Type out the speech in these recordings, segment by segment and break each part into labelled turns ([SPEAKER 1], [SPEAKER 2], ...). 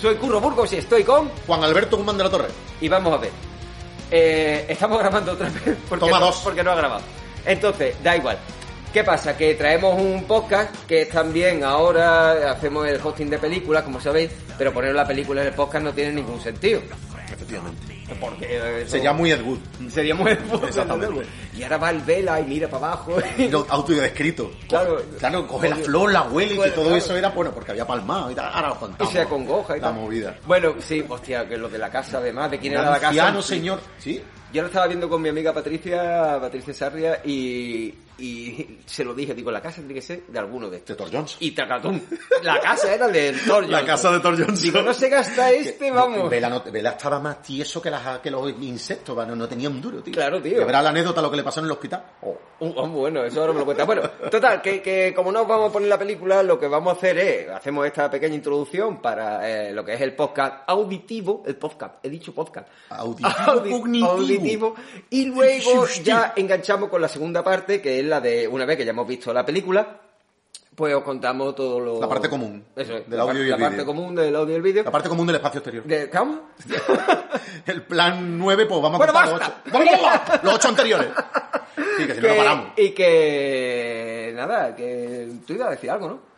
[SPEAKER 1] Soy Curro Burgos y estoy con...
[SPEAKER 2] Juan Alberto Guzmán de la Torre.
[SPEAKER 1] Y vamos a ver. Estamos grabando otra vez porque
[SPEAKER 2] Toma dos.
[SPEAKER 1] Porque no ha grabado. Entonces, da igual. ¿Qué pasa? Que traemos un podcast que también ahora hacemos el hosting de películas, como sabéis, pero poner la película en el podcast no tiene ningún sentido.
[SPEAKER 2] Efectivamente.
[SPEAKER 1] Porque
[SPEAKER 2] Sería muy Ed Wood.
[SPEAKER 1] Sería muy fácil.
[SPEAKER 2] Exactamente.
[SPEAKER 1] Y ahora va el vela y mira para abajo.
[SPEAKER 2] Lo autodescrito.
[SPEAKER 1] Claro.
[SPEAKER 2] Claro, coge la flor, la huele y que todo
[SPEAKER 1] claro.
[SPEAKER 2] eso era bueno porque había palmado y tal. Ahora lo
[SPEAKER 1] Y
[SPEAKER 2] contamos.
[SPEAKER 1] se acongoja y
[SPEAKER 2] la
[SPEAKER 1] tal.
[SPEAKER 2] movida.
[SPEAKER 1] Bueno, sí, hostia, que lo de la casa además, de quién
[SPEAKER 2] Un
[SPEAKER 1] era la casa.
[SPEAKER 2] anciano señor. Sí.
[SPEAKER 1] Yo lo estaba viendo con mi amiga Patricia Sarria y se lo dije, digo, la casa tiene que ser de alguno de estos.
[SPEAKER 2] De Thor Johnson.
[SPEAKER 1] Y tacatún. La casa era de Thor Johnson.
[SPEAKER 2] La casa de Thor Johnson.
[SPEAKER 1] Digo, no se gasta vamos.
[SPEAKER 2] Vela estaba más tieso que los insectos, no tenía un duro, tío.
[SPEAKER 1] Claro, tío.
[SPEAKER 2] Que verá la anécdota lo que le pasó en el hospital.
[SPEAKER 1] Bueno, eso ahora me lo cuenta. Bueno, total, que como no vamos a poner la película, lo que vamos a hacer es, hacemos esta pequeña introducción para lo que es el podcast auditivo, he dicho podcast. Auditivo. Y luego ya enganchamos con la segunda parte, que es la de, una vez que ya hemos visto la película, pues os contamos todo lo...
[SPEAKER 2] La parte común.
[SPEAKER 1] Eso es,
[SPEAKER 2] del audio y el vídeo.
[SPEAKER 1] La parte común del audio y el vídeo.
[SPEAKER 2] La parte común del espacio exterior.
[SPEAKER 1] ¿Cómo?
[SPEAKER 2] El plan 9, pues vamos a
[SPEAKER 1] Bueno,
[SPEAKER 2] contar
[SPEAKER 1] basta.
[SPEAKER 2] los 8 anteriores. Sí, que si no, no paramos.
[SPEAKER 1] Y que... Nada, que tú ibas a decir algo, ¿no?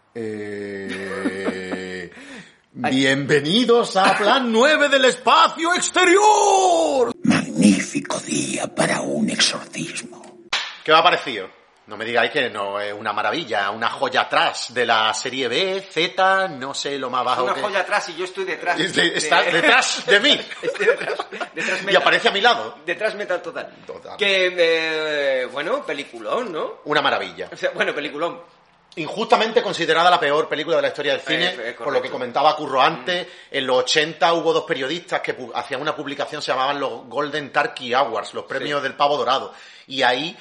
[SPEAKER 2] Bienvenidos a Plan 9 del espacio exterior.
[SPEAKER 3] Magnífico día para un exorcismo.
[SPEAKER 2] ¿Qué os ha parecido? No me digáis que no es una maravilla, una joya atrás de la serie B, Z, no sé lo más bajo.
[SPEAKER 1] Una joya atrás y yo estoy detrás.
[SPEAKER 2] Está detrás de mí.
[SPEAKER 1] Estoy detrás
[SPEAKER 2] Y
[SPEAKER 1] metal.
[SPEAKER 2] aparece a mi lado.
[SPEAKER 1] Detrás metal total.
[SPEAKER 2] Total.
[SPEAKER 1] Que, bueno, peliculón, ¿no?
[SPEAKER 2] Una maravilla.
[SPEAKER 1] O sea, bueno, peliculón.
[SPEAKER 2] Injustamente considerada la peor película de la historia del cine,
[SPEAKER 1] correcto.
[SPEAKER 2] por lo que comentaba Curro antes. En los 80 hubo dos periodistas que hacían una publicación, se llamaban los Golden Turkey Awards, los premios del pavo dorado. Y ahí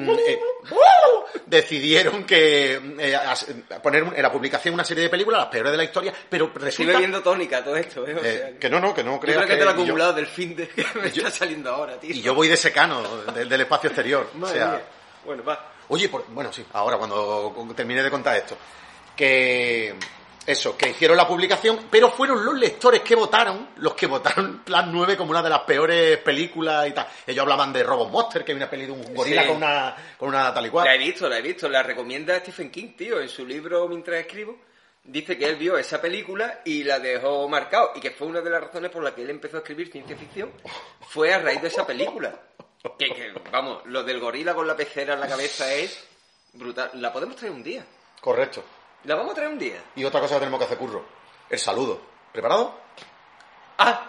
[SPEAKER 2] decidieron que poner en la publicación una serie de películas, las peores de la historia, pero
[SPEAKER 1] Estoy
[SPEAKER 2] resulta...
[SPEAKER 1] bebiendo tónica todo esto, ¿eh? O sea,
[SPEAKER 2] que no
[SPEAKER 1] yo
[SPEAKER 2] creas
[SPEAKER 1] creo que te lo he
[SPEAKER 2] y yo-
[SPEAKER 1] acumulado del fin de que me está saliendo ahora, tío.
[SPEAKER 2] Y yo voy de secano del espacio exterior.
[SPEAKER 1] Madre
[SPEAKER 2] o sea,
[SPEAKER 1] mía. Bueno, va.
[SPEAKER 2] Oye, bueno, sí, ahora cuando termine de contar esto, que hicieron la publicación, pero fueron los lectores los que votaron Plan 9 como una de las peores películas y tal. Ellos hablaban de Robot Monster, que hay una peli de un gorila
[SPEAKER 1] Sí.
[SPEAKER 2] con una tal y cual.
[SPEAKER 1] La he visto, la recomienda Stephen King, tío, en su libro Mientras escribo. Dice que él vio esa película y la dejó marcado, y que fue una de las razones por las que él empezó a escribir ciencia ficción, fue a raíz de esa película. Que, vamos, lo del gorila con la pecera en la cabeza es brutal. La podemos traer un día.
[SPEAKER 2] Correcto.
[SPEAKER 1] La vamos a traer un día.
[SPEAKER 2] Y otra cosa que tenemos que hacer, Curro, el saludo. ¿Preparado?
[SPEAKER 1] ¡Ah!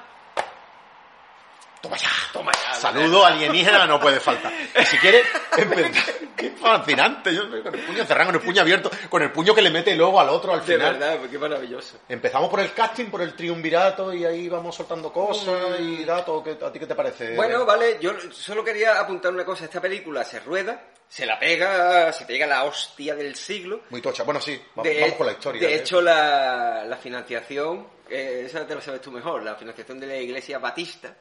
[SPEAKER 2] Toma ya.
[SPEAKER 1] Toma ya.
[SPEAKER 2] Saludo alienígena no puede faltar. Y si quieres, qué fascinante. Yo con el puño cerrado, con el puño abierto, con el puño que le mete luego al otro al
[SPEAKER 1] De
[SPEAKER 2] final.
[SPEAKER 1] verdad, qué maravilloso.
[SPEAKER 2] Empezamos por el casting, por el triunvirato y ahí vamos soltando cosas y datos. ¿A ti qué te parece?
[SPEAKER 1] Bueno, vale, yo solo quería apuntar una cosa. Esta película se rueda, se la pega, se pega la hostia del siglo.
[SPEAKER 2] Muy tocha. Bueno, sí, vamos con la historia.
[SPEAKER 1] De hecho, la financiación, esa te lo sabes tú mejor, la financiación de la Iglesia Batista.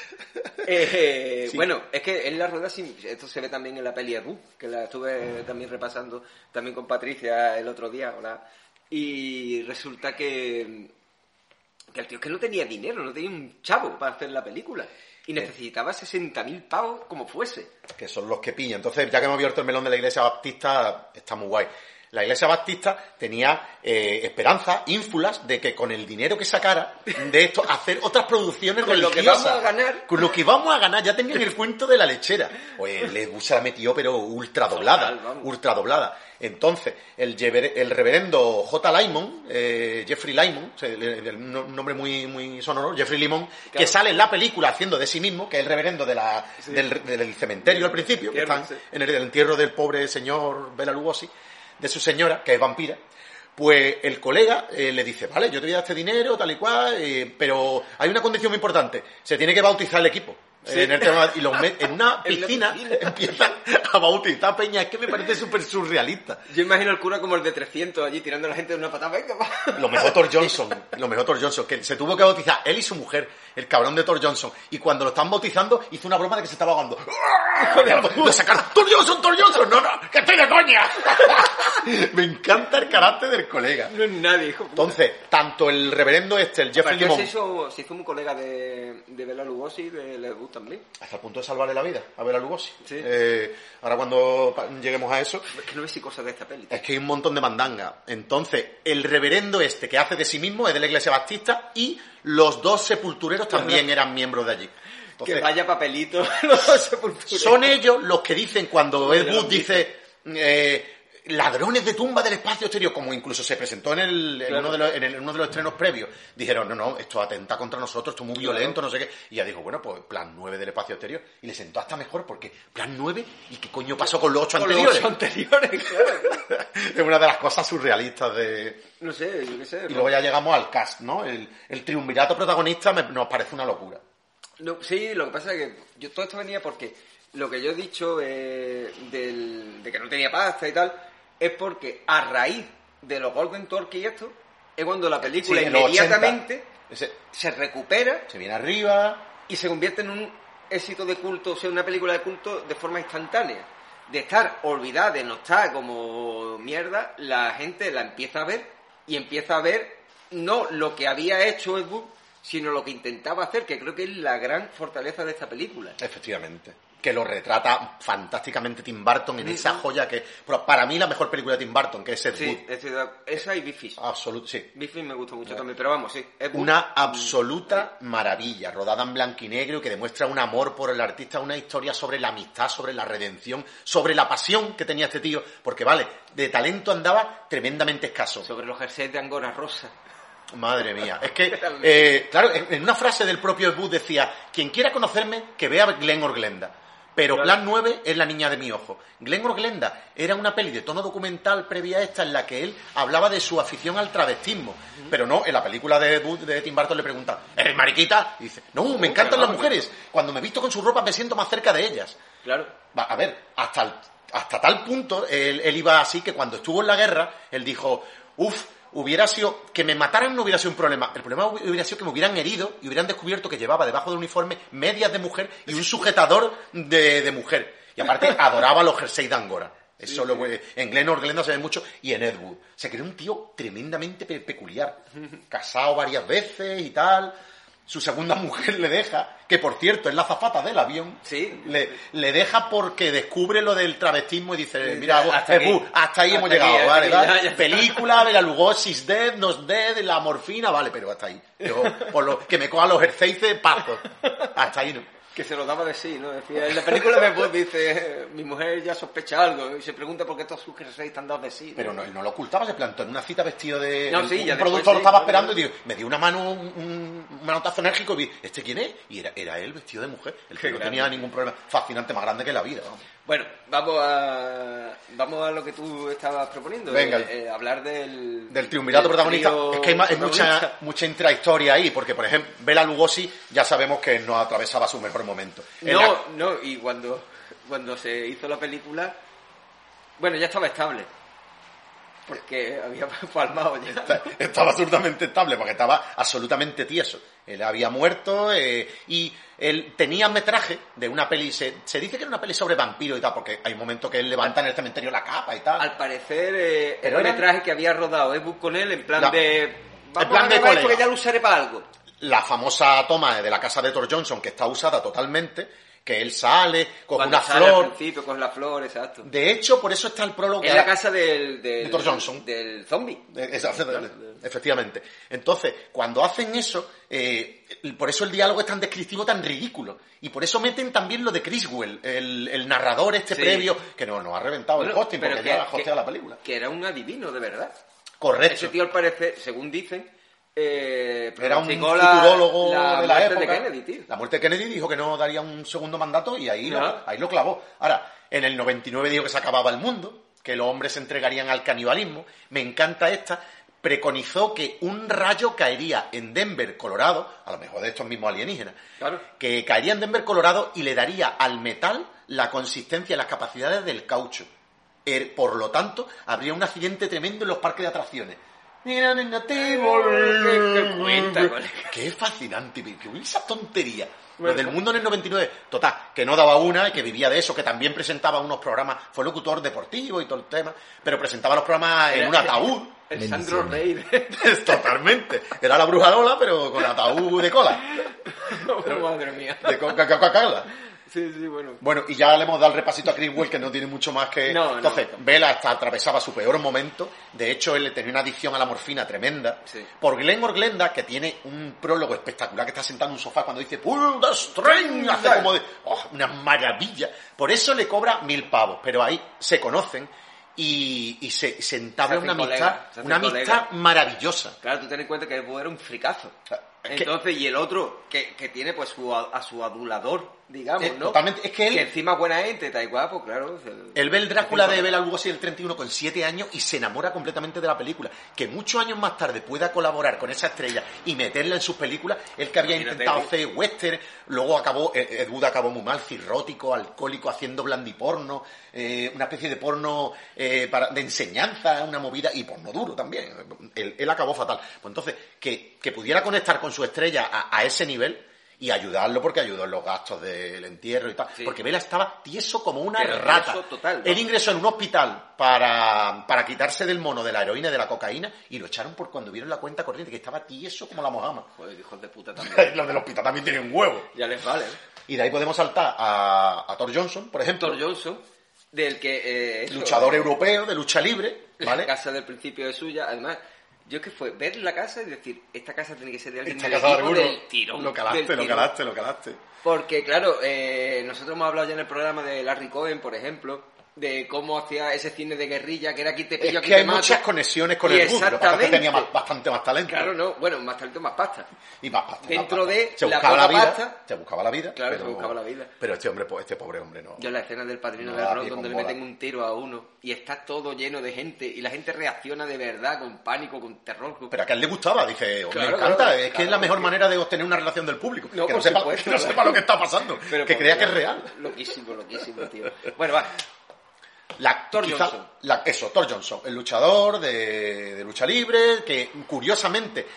[SPEAKER 2] Sí.
[SPEAKER 1] Bueno, es que en la rueda, esto se ve también en la peli Abu, que la estuve también repasando también con Patricia el otro día, ¿verdad? Y resulta que el tío es que no tenía dinero, no tenía un chavo para hacer la película. Y necesitaba 60.000 pavos como fuese.
[SPEAKER 2] Que son los que pillan. Entonces, ya que hemos abierto el melón de la Iglesia Baptista, está muy guay. La Iglesia Baptista tenía esperanza, ínfulas, de que con el dinero que sacara de esto, hacer otras producciones
[SPEAKER 1] Con lo
[SPEAKER 2] religiosas.
[SPEAKER 1] que vamos a ganar.
[SPEAKER 2] Con lo que vamos a ganar. Ya tenían el cuento de la lechera. Pues se la metió, pero ultra doblada.
[SPEAKER 1] Total, vamos.
[SPEAKER 2] Ultra doblada. Entonces, el reverendo J. Lymon, Jeffrey Lymon, un nombre muy sonoro, Jeffrey Lymon,
[SPEAKER 1] Claro.
[SPEAKER 2] que sale en la película haciendo de sí mismo, que es el reverendo del cementerio al principio, que están en el entierro del pobre señor Bela Lugosi, de su señora, que es vampira. Pues el colega le dice, vale, yo te voy a dar este dinero, tal y cual, pero hay una condición muy importante, se tiene que bautizar el equipo.
[SPEAKER 1] Sí.
[SPEAKER 2] En el tema, y los en una
[SPEAKER 1] En la
[SPEAKER 2] piscina
[SPEAKER 1] piscina.
[SPEAKER 2] empiezan a bautizar a peña. Es que me parece súper surrealista.
[SPEAKER 1] Yo imagino al cura como el de 300 allí tirando a la gente de una patada. Venga, va.
[SPEAKER 2] Lo mejor Thor Johnson, que se tuvo que bautizar él y su mujer. el cabrón de Thor Johnson. Y cuando lo están bautizando, hizo una broma de que se estaba ahogando. ¡Lo sacaron! ¡Thor Johnson, Thor Johnson! ¡No, que estoy de coña! Me encanta el carácter del colega.
[SPEAKER 1] No es nadie, hijo.
[SPEAKER 2] Entonces, tanto el reverendo el Jeffrey Limón...
[SPEAKER 1] Se hizo un colega de Bela Lugosi y de Ed Wood también.
[SPEAKER 2] Hasta el punto de salvarle la vida a Bela Lugosi.
[SPEAKER 1] Sí.
[SPEAKER 2] Ahora cuando lleguemos a eso...
[SPEAKER 1] Es que no ves si cosas de esta peli.
[SPEAKER 2] Es que hay un montón de mandanga. Entonces, el reverendo que hace de sí mismo es de la Iglesia Baptista y los dos sepultureros también eran miembros de allí. Entonces,
[SPEAKER 1] que vaya papelito los dos sepultureros.
[SPEAKER 2] Son ellos los que dicen cuando Ed Wood dice... ladrones de tumba del espacio exterior, como incluso se presentó en uno de los estrenos previos, dijeron, no, esto atenta contra nosotros, esto es muy violento, no sé qué, y ya dijo, bueno, pues plan 9 del espacio exterior, y le sentó hasta mejor, porque plan 9, ¿y qué coño pasó con los 8 anteriores?
[SPEAKER 1] Los 8 anteriores, claro.
[SPEAKER 2] Es una de las cosas surrealistas de...
[SPEAKER 1] No sé, yo qué sé.
[SPEAKER 2] Y luego ya llegamos al cast, ¿no? El triunvirato protagonista nos parece una locura.
[SPEAKER 1] No, sí, lo que pasa es que todo esto venía porque lo que yo he dicho de que no tenía pasta y tal, es porque a raíz de los Golden Turkey y esto, es cuando la película inmediatamente se recupera,
[SPEAKER 2] se viene arriba
[SPEAKER 1] y se convierte en un éxito de culto, o sea, una película de culto de forma instantánea. De estar olvidada, de no estar como mierda, la gente la empieza a ver y empieza a ver no lo que había hecho Ed Wood, sino lo que intentaba hacer, que creo que es la gran fortaleza de esta película.
[SPEAKER 2] Efectivamente. Que lo retrata fantásticamente Tim Burton en esa joya que... Para mí la mejor película de Tim Burton, que es Ed Wood.
[SPEAKER 1] Sí, esa y Big Fish.
[SPEAKER 2] Absoluto, sí.
[SPEAKER 1] Big Fish me gusta mucho también, pero vamos, sí.
[SPEAKER 2] Una absoluta maravilla, rodada en blanco y negro, que demuestra un amor por el artista, una historia sobre la amistad, sobre la redención, sobre la pasión que tenía este tío, porque vale, de talento andaba tremendamente escaso.
[SPEAKER 1] Sobre los jerseys de Angora Rosa.
[SPEAKER 2] Madre mía, es que, claro, en una frase del propio Ed Wood decía, quien quiera conocerme, que vea Glen Glenda. Pero Plan 9 es La niña de mi ojo. Glen Glenda era una peli de tono documental previa a esta en la que él hablaba de su afición al travestismo. Pero no, en la película de Tim Burton le pregunta, ¿eres mariquita? Y dice, no, me encantan las mujeres. Cuando me visto con su ropa me siento más cerca de ellas.
[SPEAKER 1] Claro.
[SPEAKER 2] A ver, hasta tal punto él iba así que cuando estuvo en la guerra, él dijo, hubiera sido, que me mataran no hubiera sido un problema. El problema hubiera sido que me hubieran herido y hubieran descubierto que llevaba debajo del uniforme medias de mujer y un sujetador de mujer. Y aparte adoraba los jerseys de Angora. Eso en Glen Glenda se ve mucho y en Ed Wood. Se creó un tío tremendamente peculiar. Casado varias veces y tal. Su segunda mujer le deja, que por cierto es la azafata del avión,
[SPEAKER 1] sí.
[SPEAKER 2] le deja porque descubre lo del travestismo y dice, mira, hasta ahí hemos llegado, ¿vale? Película, Bela Lugosi's Dead, Nos Dead, la morfina, vale, pero hasta ahí. Yo, que me coja los jerseys, paso. Hasta ahí no.
[SPEAKER 1] Que se lo daba de sí, ¿no? Decía, en la película después dice, mi mujer ya sospecha algo y se pregunta por qué estos sus jerseys están dados de sí.
[SPEAKER 2] Pero no, él no lo ocultaba, se plantó en una cita vestido de...
[SPEAKER 1] No, sí,
[SPEAKER 2] un productor lo estaba esperando y digo, me dio una mano, un manotazo enérgico y vi, ¿este quién es? Y era él vestido de mujer. El que no tenía ningún problema. Fascinante, más grande que la vida. ¿No?
[SPEAKER 1] Bueno, vamos a lo que tú estabas proponiendo.
[SPEAKER 2] Venga.
[SPEAKER 1] Hablar del
[SPEAKER 2] triunvirato protagonista. Es que hay mucha intrahistoria ahí, porque, por ejemplo, Bela Lugosi ya sabemos que no atravesaba su mejor momento.
[SPEAKER 1] No, y cuando se hizo la película, bueno, ya estaba estable. Porque había palmado ya.
[SPEAKER 2] Estaba absolutamente estable, porque estaba absolutamente tieso. Él había muerto y él tenía metraje de una peli. Se dice que era una peli sobre vampiros y tal, porque hay un momento que él levanta en el cementerio la capa y tal.
[SPEAKER 1] Al parecer, era un metraje que había rodado Ed Wood con él en plan de...
[SPEAKER 2] Vamos a grabar
[SPEAKER 1] esto que ya lo usaré para algo.
[SPEAKER 2] La famosa toma de la casa de Thor Johnson, que está usada totalmente... que él sale, coge una flor.
[SPEAKER 1] Al principio, coge la flor, exacto.
[SPEAKER 2] De hecho, por eso está el prólogo.
[SPEAKER 1] En la casa de
[SPEAKER 2] Thor Johnson.
[SPEAKER 1] Del zombie.
[SPEAKER 2] Efectivamente. Entonces, cuando hacen eso, por eso el diálogo es tan descriptivo, tan ridículo. Y por eso meten también lo de Criswell, el narrador previo, que nos ha reventado el hosting, porque ya ha hosteado la película.
[SPEAKER 1] Que era un adivino, de verdad.
[SPEAKER 2] Correcto.
[SPEAKER 1] Ese tío, al parecer, según dicen,
[SPEAKER 2] era un futurólogo de la época.
[SPEAKER 1] De Kennedy, tío.
[SPEAKER 2] La muerte de Kennedy dijo que no daría un segundo mandato y ahí lo clavó. Ahora, en el 99 dijo que se acababa el mundo, que los hombres se entregarían al canibalismo. Me encanta esta. Preconizó que un rayo caería en Denver, Colorado, a lo mejor de estos mismos alienígenas,
[SPEAKER 1] claro,
[SPEAKER 2] que caería en Denver, Colorado y le daría al metal la consistencia y las capacidades del caucho. Por lo tanto, habría un accidente tremendo en los parques de atracciones. Mira, negativo.
[SPEAKER 1] ¿Qué cuenta, colega?
[SPEAKER 2] Qué fascinante, que esa tontería. Lo del mundo en el 99, total, que no daba una, que vivía de eso, que también presentaba unos programas, fue locutor deportivo y todo el tema, pero presentaba los programas en un ataúd.
[SPEAKER 1] El Sandro Rey.
[SPEAKER 2] Totalmente. Era la bruja Lola, pero con ataúd de cola.
[SPEAKER 1] Madre mía.
[SPEAKER 2] De Coca-Cola.
[SPEAKER 1] Sí, bueno.
[SPEAKER 2] Bueno, y ya le hemos dado el repasito a Criswell, que no tiene mucho más que... Entonces, Bela hasta atravesaba su peor momento. De hecho, él tenía una adicción a la morfina tremenda.
[SPEAKER 1] Sí.
[SPEAKER 2] Por Glenmore Glenda, que tiene un prólogo espectacular, que está sentado en un sofá cuando dice "Pull the string", hace como de... una maravilla. Por eso le cobra 1.000 pavos. Pero ahí se conocen y se entabla una amistad maravillosa.
[SPEAKER 1] Claro, tú ten en cuenta que el era un fricazo. Entonces, y el otro, que tiene pues a su adulador, digamos, ¿no?
[SPEAKER 2] Totalmente, es que él...
[SPEAKER 1] Que encima es buena gente, está igual, pues claro.
[SPEAKER 2] Él ve el Drácula de Bela Lugosi del 31 con 7 años y se enamora completamente de la película. Que muchos años más tarde pueda colaborar con esa estrella y meterla en sus películas, él que había intentado hacer western, luego Ed Wood acabó muy mal, cirrótico, alcohólico, haciendo blandiporno, una especie de porno de enseñanza, una movida, y porno duro también. Él acabó fatal. Pues entonces, que pudiera conectar con su estrella a ese nivel y ayudarlo, porque ayudó en los gastos del entierro y tal, porque Bela estaba tieso como una rata.
[SPEAKER 1] Total, ¿no?
[SPEAKER 2] Él ingresó en un hospital para quitarse del mono de la heroína y de la cocaína, y lo echaron por cuando vieron la cuenta corriente, que estaba tieso como la mojama.
[SPEAKER 1] Joder, hijos de puta también.
[SPEAKER 2] Los del hospital también tienen huevo.
[SPEAKER 1] Ya les vale.
[SPEAKER 2] Y de ahí podemos saltar a Thor Johnson, por ejemplo.
[SPEAKER 1] Thor Johnson, del que...
[SPEAKER 2] luchador europeo, de lucha libre, ¿vale?
[SPEAKER 1] La casa del principio es suya, además... Yo que fue ver la casa y decir, esta casa tiene que ser de alguien
[SPEAKER 2] del
[SPEAKER 1] tirón.
[SPEAKER 2] Lo calaste.
[SPEAKER 1] Porque, claro, nosotros hemos hablado ya en el programa de Larry Cohen, por ejemplo, de cómo hacía ese cine de guerrilla, que era aquí te pillo, aquí te mato.
[SPEAKER 2] Es que hay muchas conexiones con el mundo, lo que pasa es que tenía bastante más talento.
[SPEAKER 1] Claro, no, bueno, más talento, más pasta.
[SPEAKER 2] Y más pasta.
[SPEAKER 1] Dentro de
[SPEAKER 2] se
[SPEAKER 1] la
[SPEAKER 2] buscaba la vida,
[SPEAKER 1] pasta...
[SPEAKER 2] Se buscaba la vida.
[SPEAKER 1] Claro,
[SPEAKER 2] pero,
[SPEAKER 1] se buscaba la vida.
[SPEAKER 2] Pero este pobre hombre no...
[SPEAKER 1] Yo en la escena del Padrino del Rock, donde le meten un tiro a uno, y está todo lleno de gente, y la gente reacciona de verdad, con pánico, con terror.
[SPEAKER 2] Pero a que a él le gustaba, dije,
[SPEAKER 1] claro,
[SPEAKER 2] me encanta,
[SPEAKER 1] claro,
[SPEAKER 2] es que es la mejor manera de obtener una relación del público.
[SPEAKER 1] No,
[SPEAKER 2] que no sepa lo que está pasando, pero que crea que es real.
[SPEAKER 1] Loquísimo, tío. Bueno, va. Thor
[SPEAKER 2] Johnson, el luchador de lucha libre, que curiosamente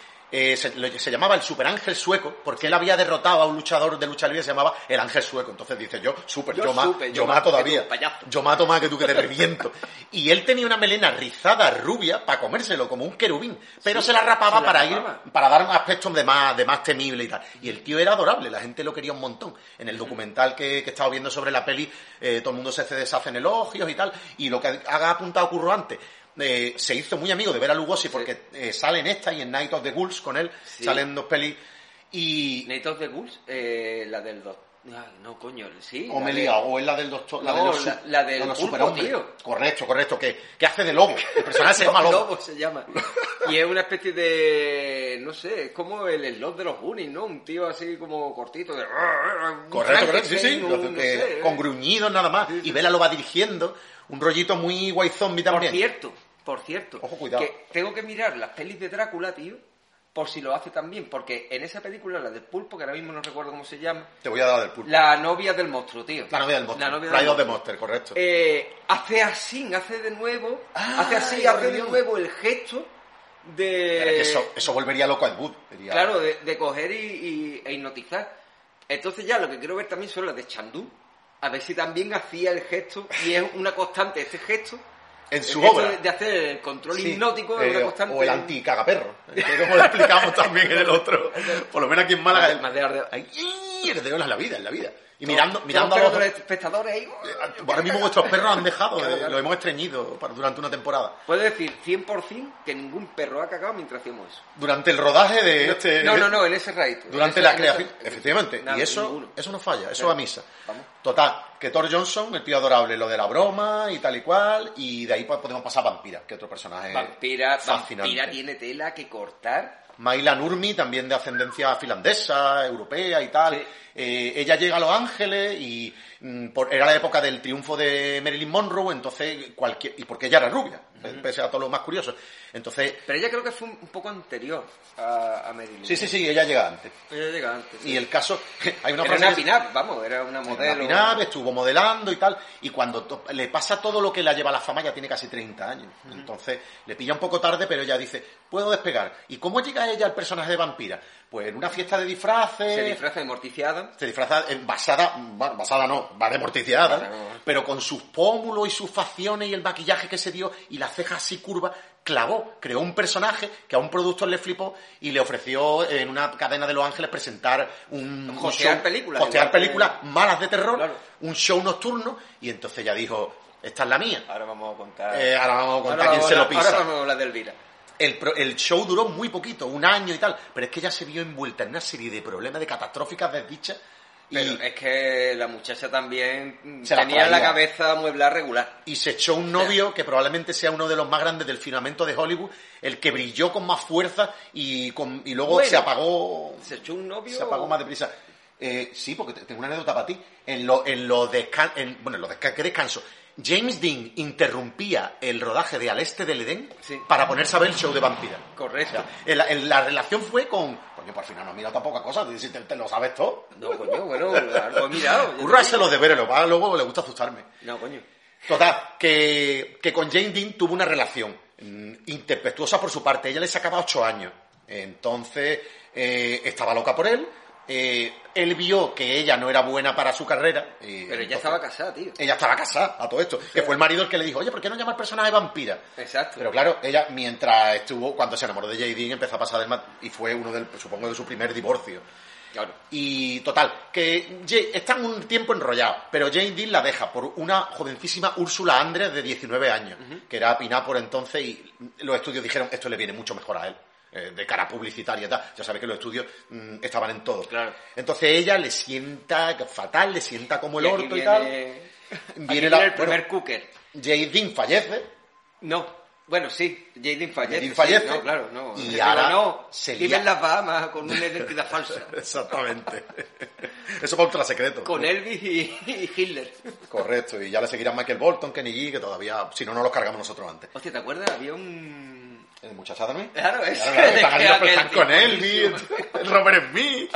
[SPEAKER 2] se llamaba el Super Ángel Sueco, porque él había derrotado a un luchador de lucha libre que se llamaba el Ángel Sueco. Entonces dice, yo mato todavía, yo mato más que tú, que te reviento. Y él tenía una melena rizada, rubia, para comérselo, como un querubín, pero se la rapaba para dar un aspecto de más temible y tal. Y el tío era adorable, la gente lo quería un montón. En el documental que he estado viendo sobre la peli, todo el mundo se deshace en elogios y tal, y lo que ha apuntado Curro antes, se hizo muy amigo de Bela Lugosi porque sale en esta y en Night of the Ghouls con él, salen dos pelis. Y
[SPEAKER 1] Night of the Ghouls, la del doctor. No, coño, sí.
[SPEAKER 2] O me he liado, o es la del doctor.
[SPEAKER 1] La del pulpo, tío.
[SPEAKER 2] Correcto, que hace de lobo. El personaje se llama Lobo.
[SPEAKER 1] Lobo se llama. Y es una especie de, no sé, es como el slot de los Goonies, ¿no? Un tío así como cortito.
[SPEAKER 2] Correcto, sí. Con gruñidos nada más. Sí. Y Bela lo va dirigiendo. Un rollito muy White Zombie también.
[SPEAKER 1] Por cierto.
[SPEAKER 2] Ojo, cuidado.
[SPEAKER 1] Que tengo que mirar las pelis de Drácula, tío, por si lo hace también. Porque en esa película, la del pulpo, que ahora mismo no recuerdo cómo se llama.
[SPEAKER 2] Te voy a dar la del pulpo.
[SPEAKER 1] La novia del monstruo, tío.
[SPEAKER 2] La novia del monstruo. Pride of the Monster, correcto.
[SPEAKER 1] Hace de nuevo el gesto de...
[SPEAKER 2] Eso volvería loco a Ed Wood.
[SPEAKER 1] Claro, de coger e hipnotizar. Entonces ya lo que quiero ver también son las de Chandú. A ver si también hacía el gesto, y es una constante este gesto.
[SPEAKER 2] En su obra.
[SPEAKER 1] De hacer el control hipnótico es una constante.
[SPEAKER 2] O el anti-cagaperro, como lo explicamos también en el otro. Por lo menos aquí en Málaga. Herederos en la vida. Y mirando a los
[SPEAKER 1] espectadores ahí.
[SPEAKER 2] Ahora mismo vuestros perros han dejado, lo hemos estreñido durante una temporada.
[SPEAKER 1] Puedes decir 100% que ningún perro ha cagado mientras hacíamos eso.
[SPEAKER 2] Durante el rodaje de este...
[SPEAKER 1] No, en ese raid.
[SPEAKER 2] Durante la creación, efectivamente. Y eso no falla, eso va a misa.
[SPEAKER 1] Vamos.
[SPEAKER 2] Total, que Thor Johnson, el tío adorable, lo de la broma y tal y cual, y de ahí podemos pasar a Vampira, que otro personaje fascinante.
[SPEAKER 1] Vampira tiene tela que cortar.
[SPEAKER 2] Maila Nurmi, también de ascendencia finlandesa, europea y tal. Sí. Ella llega a Los Ángeles y era la época del triunfo de Marilyn Monroe, entonces y porque ella era rubia. pese a todo lo más curioso. Entonces...
[SPEAKER 1] Pero ella creo que fue un poco anterior a Marilyn.
[SPEAKER 2] Sí, ella llega antes.
[SPEAKER 1] Sí.
[SPEAKER 2] Y el caso... Hay una
[SPEAKER 1] era una pin-up, vamos, era una modelo.
[SPEAKER 2] Una pin-up, estuvo modelando y tal, y cuando le pasa todo lo que la lleva a la fama, ya tiene casi 30 años. Entonces, le pilla un poco tarde, pero ella dice, puedo despegar. ¿Y cómo llega ella al personaje de vampira? Pues en una fiesta de disfraces...
[SPEAKER 1] Se disfraza de Morticia Addams.
[SPEAKER 2] Se disfraza basada no, va de Morticia Addams, pero con sus pómulos y sus facciones y el maquillaje que se dio y las cejas así curvas, creó un personaje que a un productor le flipó y le ofreció en una cadena de Los Ángeles presentar
[SPEAKER 1] hostear
[SPEAKER 2] películas malas de terror, un show nocturno, y entonces ya dijo, esta es la mía.
[SPEAKER 1] Ahora vamos a contar
[SPEAKER 2] quién se lo pisa.
[SPEAKER 1] Ahora vamos a hablar de Elvira.
[SPEAKER 2] El show duró muy poquito, 1 año y tal, pero es que ella se vio envuelta en una serie de problemas, de catastróficas desdichas.
[SPEAKER 1] Pero es que la muchacha también tenía la cabeza mueblada regular.
[SPEAKER 2] Y se echó un novio que probablemente sea uno de los más grandes del firmamento de Hollywood, el que brilló con más fuerza y luego se apagó.
[SPEAKER 1] ¿Se echó un novio?
[SPEAKER 2] Se apagó más deprisa. Sí, porque tengo una anécdota para ti. En los descansos. James Dean interrumpía el rodaje de Al Este del Edén para ponerse a ver el show de Vampira.
[SPEAKER 1] Correcto.
[SPEAKER 2] O sea, la relación fue con... Coño, por fin no has mirado tan poca cosa, si te lo sabes todo.
[SPEAKER 1] No, coño, bueno, algo he mirado.
[SPEAKER 2] Currarse los deberes, luego le gusta asustarme.
[SPEAKER 1] No, coño.
[SPEAKER 2] Total, que con James Dean tuvo una relación intempestuosa por su parte. Ella le sacaba 8 años. Entonces, estaba loca por él. Él vio que ella no era buena para su carrera.
[SPEAKER 1] Pero ella estaba casada, tío.
[SPEAKER 2] Ella estaba casada, a todo esto. Que fue el marido el que le dijo, oye, ¿por qué no llamas personaje vampira?
[SPEAKER 1] Exacto.
[SPEAKER 2] Pero claro, ella, mientras estuvo, cuando se enamoró de J. Dean, empezó a pasar y fue supongo, de su primer divorcio.
[SPEAKER 1] Claro.
[SPEAKER 2] Y total, que están un tiempo enrollados, pero Jane Dean la deja por una jovencísima Úrsula Andress de 19 años, que era pin-up por entonces, y los estudios dijeron, esto le viene mucho mejor a él. De cara publicitaria y tal, ya sabe que los estudios estaban en todo.
[SPEAKER 1] Claro.
[SPEAKER 2] Entonces ella le sienta fatal, le sienta como el orto y tal.
[SPEAKER 1] Viene el primer cooker.
[SPEAKER 2] Jay Dean fallece.
[SPEAKER 1] No, bueno, sí, Jay Dean fallece.
[SPEAKER 2] Fallece.
[SPEAKER 1] Sí, no, claro, no.
[SPEAKER 2] Y ahora
[SPEAKER 1] vive en las Bahamas con una identidad falsa.
[SPEAKER 2] Exactamente. Eso para ultra secreto.
[SPEAKER 1] Con Elvis y Hitler.
[SPEAKER 2] Correcto, y ya le seguirán Michael Bolton, Kenny G, que todavía, si no, nos los cargamos nosotros antes.
[SPEAKER 1] Hostia, ¿te acuerdas? Había un...
[SPEAKER 2] ¿El muchacho también?
[SPEAKER 1] Claro,
[SPEAKER 2] están con Elvis, el Robert Smith.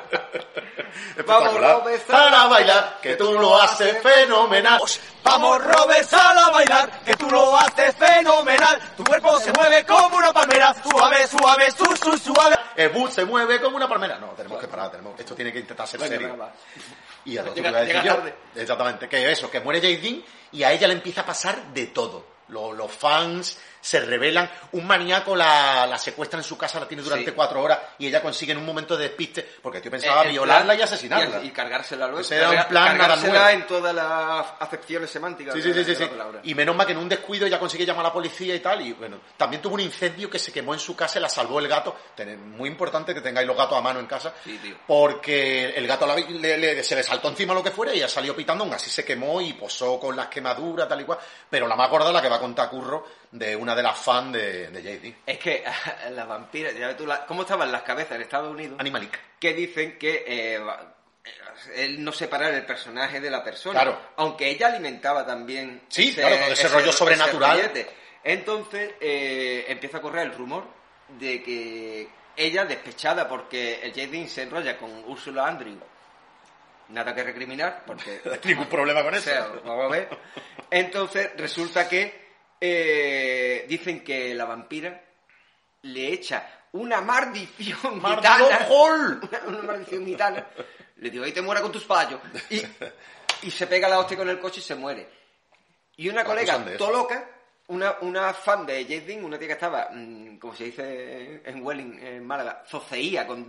[SPEAKER 1] Vamos, Robert,
[SPEAKER 2] a bailar, que tú lo haces fenomenal.
[SPEAKER 4] Vamos, Robert, a bailar, que tú lo haces fenomenal. Tu cuerpo se mueve como una palmera, suave, suave, suave.
[SPEAKER 2] El bus se mueve como una palmera. No, tenemos que parar, esto tiene que intentar ser serio. Y a lo que iba a decir yo, exactamente, que muere Jay Dean y a ella le empieza a pasar de todo. Los fans se rebelan, un maníaco la secuestra en su casa, la tiene durante 4 horas y ella consigue en un momento de despiste, porque yo pensaba violarla y asesinarla.
[SPEAKER 1] Y cargársela luego.
[SPEAKER 2] Ese era un plan nada nuevo.
[SPEAKER 1] En todas las acepciones semánticas.
[SPEAKER 2] Sí. Y menos mal que en un descuido ella consigue llamar a la policía y tal, y bueno, también tuvo un incendio que se quemó en su casa y la salvó el gato. Muy importante que tengáis los gatos a mano en casa, porque el gato se le saltó encima lo que fuera y ella salió pitando, aún así se quemó y posó con las quemaduras, tal y cual. Pero la más gorda la que va a contar Curro, de una de las fans de J.D.
[SPEAKER 1] Es que la vampira, ya ves tú, ¿cómo estaban las cabezas en Estados Unidos?
[SPEAKER 2] Animalic.
[SPEAKER 1] Que dicen que él no separar el personaje de la persona.
[SPEAKER 2] Claro.
[SPEAKER 1] Aunque ella alimentaba también
[SPEAKER 2] ese rollo sobrenatural.
[SPEAKER 1] Entonces empieza a correr el rumor de que ella, despechada porque el J.D. se enrolla con Ursula Andrews, nada que recriminar, porque...
[SPEAKER 2] Ningún problema con eso.
[SPEAKER 1] Vamos a ver. Entonces resulta que dicen que la vampira le echa una maldición gitana. Una maldición gitana. Le digo, ahí te muera con tus payos. Y se pega la hostia con el coche y se muere. Y una colega todo loca, una fan de Jade Dean, una tía que estaba, como se dice en Welling, en Málaga, zoceía con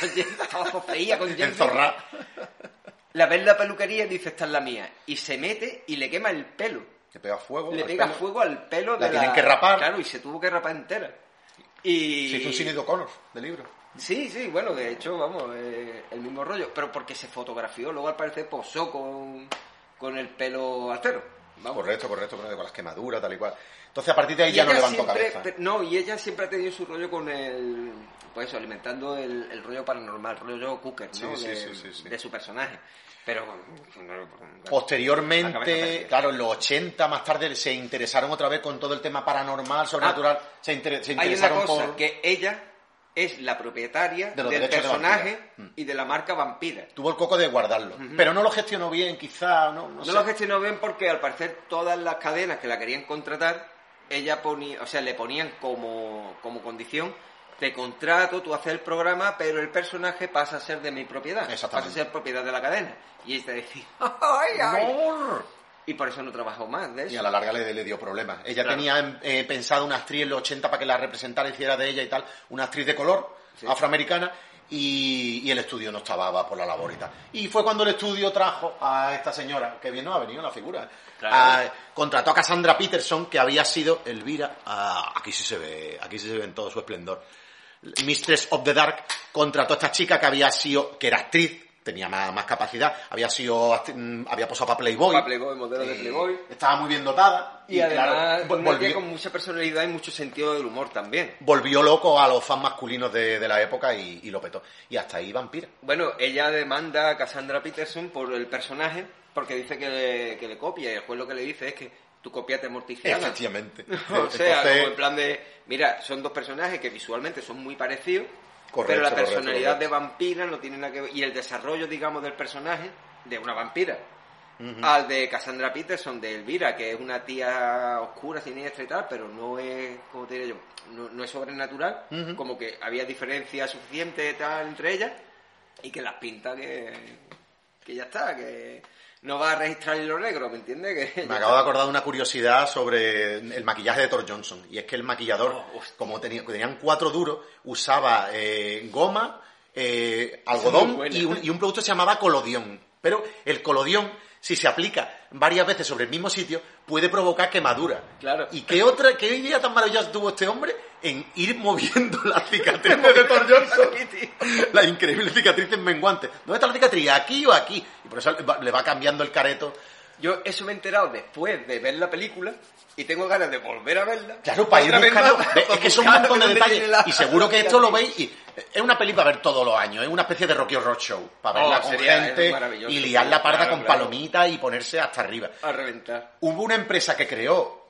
[SPEAKER 1] Jade.
[SPEAKER 2] Enzorrá.
[SPEAKER 1] La ve en la peluquería y dice, esta es la mía. Y se mete y le quema el pelo.
[SPEAKER 2] Le pega fuego.
[SPEAKER 1] Fuego al pelo de la...
[SPEAKER 2] tienen que rapar.
[SPEAKER 1] Claro, y se tuvo que rapar entera. Y...
[SPEAKER 2] Se hizo un Sinead O'Connor de libro.
[SPEAKER 1] Sí, bueno, de hecho, vamos, el mismo rollo. Pero porque se fotografió, luego al parecer posó con el pelo altero. vamos.
[SPEAKER 2] Correcto, con las quemaduras, tal y cual. Entonces, a partir de ahí ya no levantó cabeza.
[SPEAKER 1] Y ella siempre ha tenido su rollo con pues eso, alimentando el rollo paranormal, rollo Cooker, ¿no?
[SPEAKER 2] Sí.
[SPEAKER 1] De su personaje. Pero
[SPEAKER 2] posteriormente, claro, en los 80, más tarde, se interesaron otra vez con todo el tema paranormal, sobrenatural. Se interesaron
[SPEAKER 1] hay una cosa, que ella es la propietaria del personaje y de la marca Vampira.
[SPEAKER 2] Tuvo el coco de guardarlo, pero no lo gestionó bien, quizá, no sé.
[SPEAKER 1] Lo gestionó bien porque al parecer todas las cadenas que la querían contratar, le ponían como condición: te contrato, tú haces el programa, pero el personaje pasa a ser de mi propiedad, pasa a ser propiedad de la cadena. Y ella decía, ¡ay! Y por eso no trabajó más de eso.
[SPEAKER 2] Y a la larga le dio problemas. Ella tenía pensado una actriz en los 80 para que la representara, hiciera de ella y tal, una actriz de color, afroamericana, y el estudio no estaba por la labor y tal. Y fue cuando el estudio trajo a esta señora, que bien nos ha venido la figura, contrató a Cassandra Peterson, que había sido Elvira, aquí sí se ve en todo su esplendor, Mistress of the Dark. Contrató a esta chica que era actriz, tenía más capacidad, había posado para Playboy.
[SPEAKER 1] Modelo de Playboy.
[SPEAKER 2] Estaba muy bien dotada.
[SPEAKER 1] Y además volvió con mucha personalidad y mucho sentido del humor también.
[SPEAKER 2] Volvió loco a los fans masculinos de la época y lo petó. Y hasta ahí Vampira.
[SPEAKER 1] Bueno, ella demanda a Cassandra Peterson por el personaje, porque dice que le copia, y el juez lo que le dice es que tu copia te mortifica.
[SPEAKER 2] Efectivamente.
[SPEAKER 1] O sea, como en plan de, mira, son dos personajes que visualmente son muy parecidos, pero la personalidad de Vampira no tiene nada que ver, y el desarrollo, digamos, del personaje de una vampira al de Cassandra Peterson, de Elvira, que es una tía oscura, siniestra y tal, pero no es, como te diría yo, no es sobrenatural, como que había diferencia suficiente tal entre ellas, y que las pinta que ya está, que no va a registrar hilo negro, ¿me entiendes?
[SPEAKER 2] Me acabo de acordar de una curiosidad sobre el maquillaje de Thor Johnson. Y es que el maquillador, como tenían 4 duros, usaba goma, algodón y un producto que se llamaba colodión. Pero el colodión, si se aplica varias veces sobre el mismo sitio, puede provocar quemadura.
[SPEAKER 1] Claro.
[SPEAKER 2] ¿Y qué idea tan maravillosa tuvo este hombre en ir moviendo las cicatrices de Thor Johnson? Las increíbles cicatrices menguantes. ¿Dónde está la cicatriz? ¿Aquí o aquí? Y por eso le va cambiando el careto.
[SPEAKER 1] Yo eso me he enterado después de ver la película y tengo ganas de volver a verla.
[SPEAKER 2] Claro, para ir buscando. Es que son un montón de detalles. Y seguro que esto lo veis. Y es una peli para ver todos los años. Es una especie de Rocky Horror Show. Para verla con gente y liar la parda con palomitas y ponerse hasta arriba.
[SPEAKER 1] A reventar.
[SPEAKER 2] Hubo una empresa que creó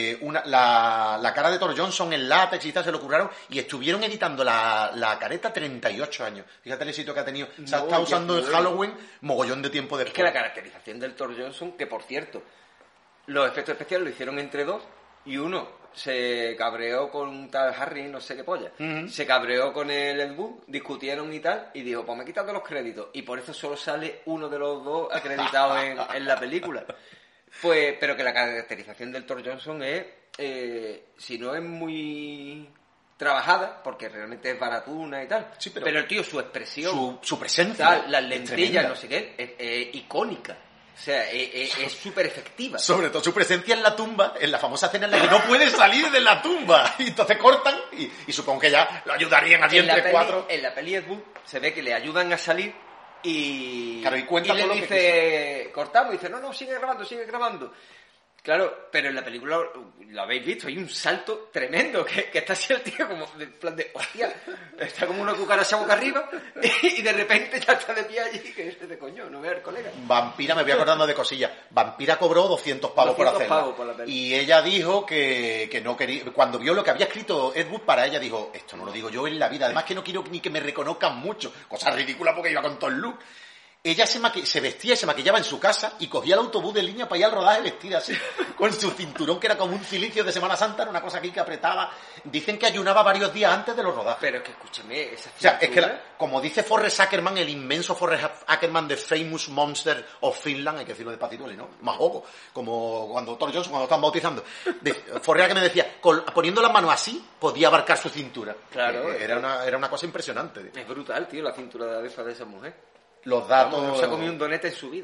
[SPEAKER 2] la cara de Thor Johnson en látex y tal, se lo curraron y estuvieron editando la careta 38 años. Fíjate el éxito que ha tenido. Se ha estado usando en Halloween mogollón de tiempo después.
[SPEAKER 1] Es que la caracterización del Thor Johnson, que por cierto, los efectos especiales lo hicieron entre dos y uno se cabreó con un tal Harry, no sé qué polla. Se cabreó con el Ed Wood, discutieron y tal, y dijo, pues me he quitado los créditos. Y por eso solo sale uno de los dos acreditado en la película. Pues, pero que la caracterización del Thor Johnson es, si no es muy trabajada, porque realmente es baratuna y tal,
[SPEAKER 2] sí,
[SPEAKER 1] pero el tío, su expresión,
[SPEAKER 2] su presencia,
[SPEAKER 1] tal, las lentillas, no sé qué, es icónica. O sea, es súper efectiva.
[SPEAKER 2] Sobre todo su presencia en la tumba, en la famosa escena en la que no puede salir de la tumba. Y entonces cortan y supongo que ya lo ayudarían a 10 entre 4.
[SPEAKER 1] En la peli Ed Wood se ve que le ayudan a salir y
[SPEAKER 2] cuenta
[SPEAKER 1] y le dice, cortamos, y dice, no, sigue grabando. Claro, pero en la película, lo habéis visto, hay un salto tremendo, que está así el tío como, en plan de, hostia, está como una cucaracha boca arriba, y de repente ya está de pie allí, que es de coño, no veo al colega.
[SPEAKER 2] Vampira, me voy acordando de cosillas, Vampira cobró 200 pavos por hacerla.
[SPEAKER 1] Por la
[SPEAKER 2] y ella dijo que no quería, cuando vio lo que había escrito Ed Wood para ella, dijo, esto no lo digo yo en la vida, además que no quiero ni que me reconozcan mucho, cosa ridícula porque iba con todo el look. Ella se vestía y se maquillaba en su casa y cogía el autobús de línea para ir al rodaje vestida así, con su cinturón que era como un cilicio de Semana Santa, era una cosa aquí que apretaba. Dicen que ayunaba varios días antes de los rodajes.
[SPEAKER 1] Pero es que escúchame, esa cintura...
[SPEAKER 2] O sea, es que como dice Forrest Ackerman, el inmenso Forrest Ackerman de Famous Monster of Finland, hay que decirlo despacito, ¿no? Más ojo, como cuando Thor Johnson, cuando están bautizando. Forrest Ackerman decía, poniendo las manos así, podía abarcar su cintura.
[SPEAKER 1] Claro.
[SPEAKER 2] Era una cosa impresionante.
[SPEAKER 1] Es brutal, tío, la cintura de esa mujer.
[SPEAKER 2] Los datos...
[SPEAKER 1] No se ha comido un donete en su vida.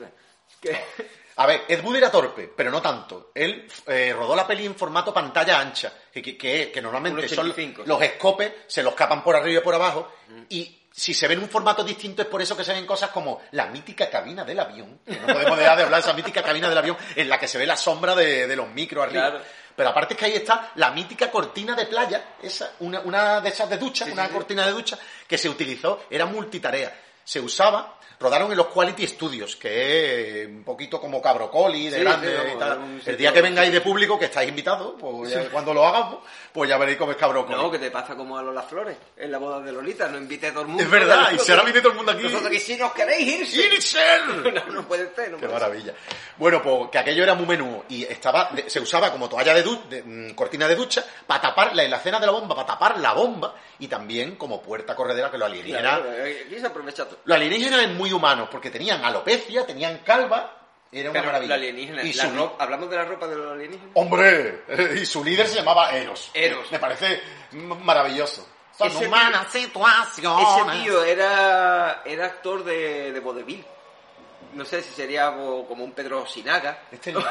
[SPEAKER 2] A ver, Ed Wood era torpe, pero no tanto. Él rodó la peli en formato pantalla ancha, que normalmente son los escopes, se los capan por arriba y por abajo, y si se ven en un formato distinto es por eso que se ven cosas como la mítica cabina del avión, que no podemos dejar de hablar de esa mítica cabina del avión en la que se ve la sombra de los micros arriba. Claro. Pero aparte es que ahí está la mítica cortina de playa, esa, una de esas de ducha, cortina de ducha que se utilizó, era multitarea. Se usaba, rodaron en los Quality Studios, que es un poquito como Cabrocoli, de grande y tal. El día que vengáis de público, que estáis invitados, pues ya, cuando lo hagamos, pues ya veréis cómo es Cabrocoli.
[SPEAKER 1] No, que te pasa como a Lola Flores, en la boda de Lolita, no invite a todo el mundo.
[SPEAKER 2] Es verdad, y si ahora viene todo el mundo aquí.
[SPEAKER 1] Nosotros que si nos queréis irse.
[SPEAKER 2] No puede ser, Qué maravilla. Bueno, pues que aquello era muy menudo, y se usaba como toalla cortina de ducha, para tapar la escena de la bomba, para tapar la bomba, y también como puerta corredera que los alienígenas...
[SPEAKER 1] Claro, aquí se aprovecha todo.
[SPEAKER 2] Los alienígenas eran muy humanos, porque tenían alopecia, tenían calva, era una maravilla.
[SPEAKER 1] ¿Hablamos de la ropa de los alienígenas?
[SPEAKER 2] ¡Hombre! Y su líder se llamaba Eros. Me parece maravilloso. Son humanas situaciones.
[SPEAKER 1] Ese tío era actor de vodevil. No sé si sería como un Pedro Sinaga.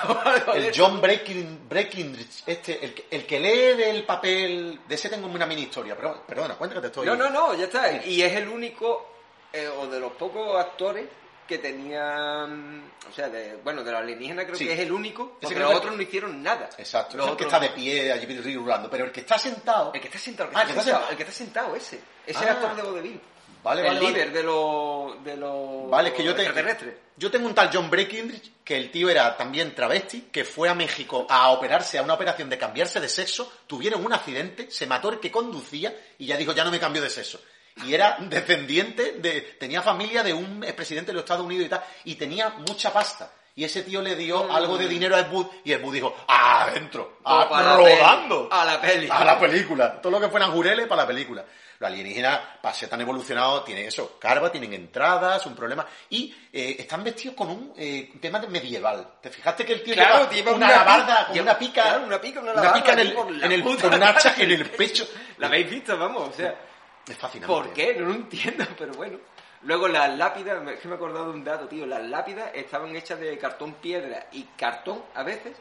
[SPEAKER 2] El John Breckinridge, el que lee del papel... De ese tengo una mini historia, pero perdona, cuéntame que te estoy...
[SPEAKER 1] No, ya está. Y es el único, o de los pocos actores que tenían... O sea, de los alienígenas creo que es el único, porque los otros no hicieron nada.
[SPEAKER 2] Exacto, es el que está de pie allí rulando, pero el que está sentado...
[SPEAKER 1] El que está sentado, ese es actor de vodevil. El líder de los
[SPEAKER 2] es que
[SPEAKER 1] extraterrestres.
[SPEAKER 2] Yo tengo un tal John Breckinridge, que el tío era también travesti, que fue a México a operarse, a una operación de cambiarse de sexo, tuvieron un accidente, se mató el que conducía y ya dijo, ya no me cambio de sexo. Y era descendiente tenía familia de un expresidente de los Estados Unidos y tal, y tenía mucha pasta. Y ese tío le dio algo de dinero a Ed Wood, y Ed Wood dijo, adentro, rodando.
[SPEAKER 1] A la peli.
[SPEAKER 2] A la película. Todo lo que fueran jureles para la película. Los alienígenas, para ser tan evolucionados, tienen eso, carva, tienen entradas, un problema, y están vestidos con un tema medieval. ¿Te fijaste que el tío lleva una alabarda con una pica?
[SPEAKER 1] Claro, una pica con
[SPEAKER 2] un hacha en el pecho.
[SPEAKER 1] ¿La habéis visto? Vamos, o sea...
[SPEAKER 2] Es fascinante.
[SPEAKER 1] ¿Por qué? No lo entiendo, pero bueno. Luego las lápidas, es que me he acordado de un dato, tío, las lápidas estaban hechas de cartón piedra y cartón a veces,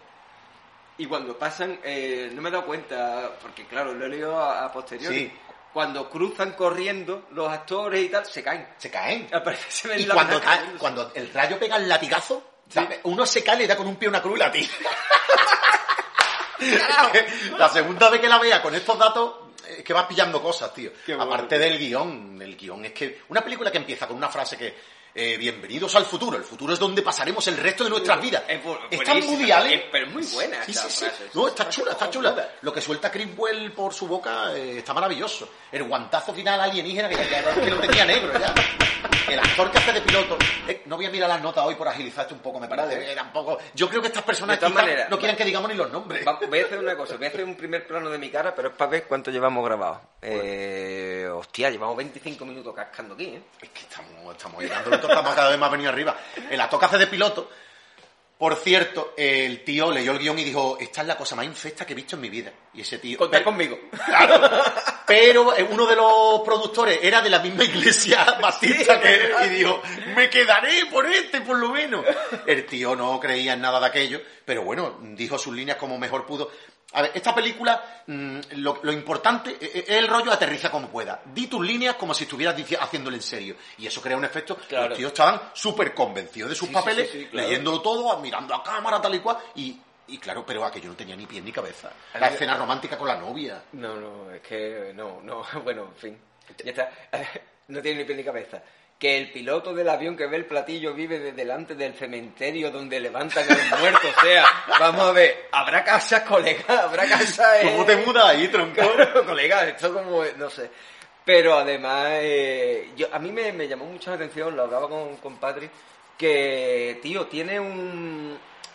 [SPEAKER 1] y cuando pasan, no me he dado cuenta, porque claro, lo he leído a posteriori. Sí. Cuando cruzan corriendo los actores y tal, se caen.
[SPEAKER 2] Se caen.
[SPEAKER 1] Y
[SPEAKER 2] cuando el rayo pega el latigazo, ¿sí? Uno se cae y le da con un pie una cruz y la tira. La segunda vez que la vea con estos datos, es que vas pillando cosas, tío. Aparte del guión. El guión es que una película que empieza con una frase que... bienvenidos al futuro. El futuro es donde pasaremos el resto de nuestras vidas. Está en Woody Allen.
[SPEAKER 1] Pero es muy buena.
[SPEAKER 2] Sí. No, está chula. Lo que suelta Chris Well por su boca está maravilloso. El guantazo final alienígena que lo tenía negro ya. El actor que hace de piloto. No voy a mirar las notas hoy por agilizarte un poco, me parece. Vale. Era un poco... Yo creo que estas personas no quieren que digamos ni los nombres.
[SPEAKER 1] Voy a hacer una cosa. Voy a hacer un primer plano de mi cara, pero es para ver cuánto llevamos grabado. Hostia, llevamos 25 minutos cascando aquí, ¿eh?
[SPEAKER 2] Es que estamos llegando, estamos cada vez más venido arriba. El actor que hace de piloto, por cierto, el tío leyó el guión y dijo, esta es la cosa más infecta que he visto en mi vida. Y ese tío...
[SPEAKER 1] Contad conmigo.
[SPEAKER 2] Claro. Pero uno de los productores era de la misma iglesia baptista que él y dijo, me quedaré por por lo menos. El tío no creía en nada de aquello, pero bueno, dijo sus líneas como mejor pudo. A ver, esta película, lo importante es el rollo aterriza como pueda. Di tus líneas como si estuvieras haciéndole en serio. Y eso crea un efecto. Claro. Los tíos estaban súper convencidos de sus papeles, claro. Leyéndolo todo, mirando a cámara, tal y cual. Y claro, pero aquello no tenía ni pie ni cabeza. La escena romántica con la novia.
[SPEAKER 1] No, es que no. Bueno, en fin. Ya está. No tiene ni pie ni cabeza. Que el piloto del avión que ve el platillo vive delante del cementerio donde levantan a los muertos. O sea, vamos a ver, habrá casas, colega, habrá casas...
[SPEAKER 2] ¿Cómo te mudas ahí, tronco?
[SPEAKER 1] Claro, colega, esto como, no sé. Pero además, a mí me llamó mucho la atención, lo hablaba con Patrick, que, tío, tiene un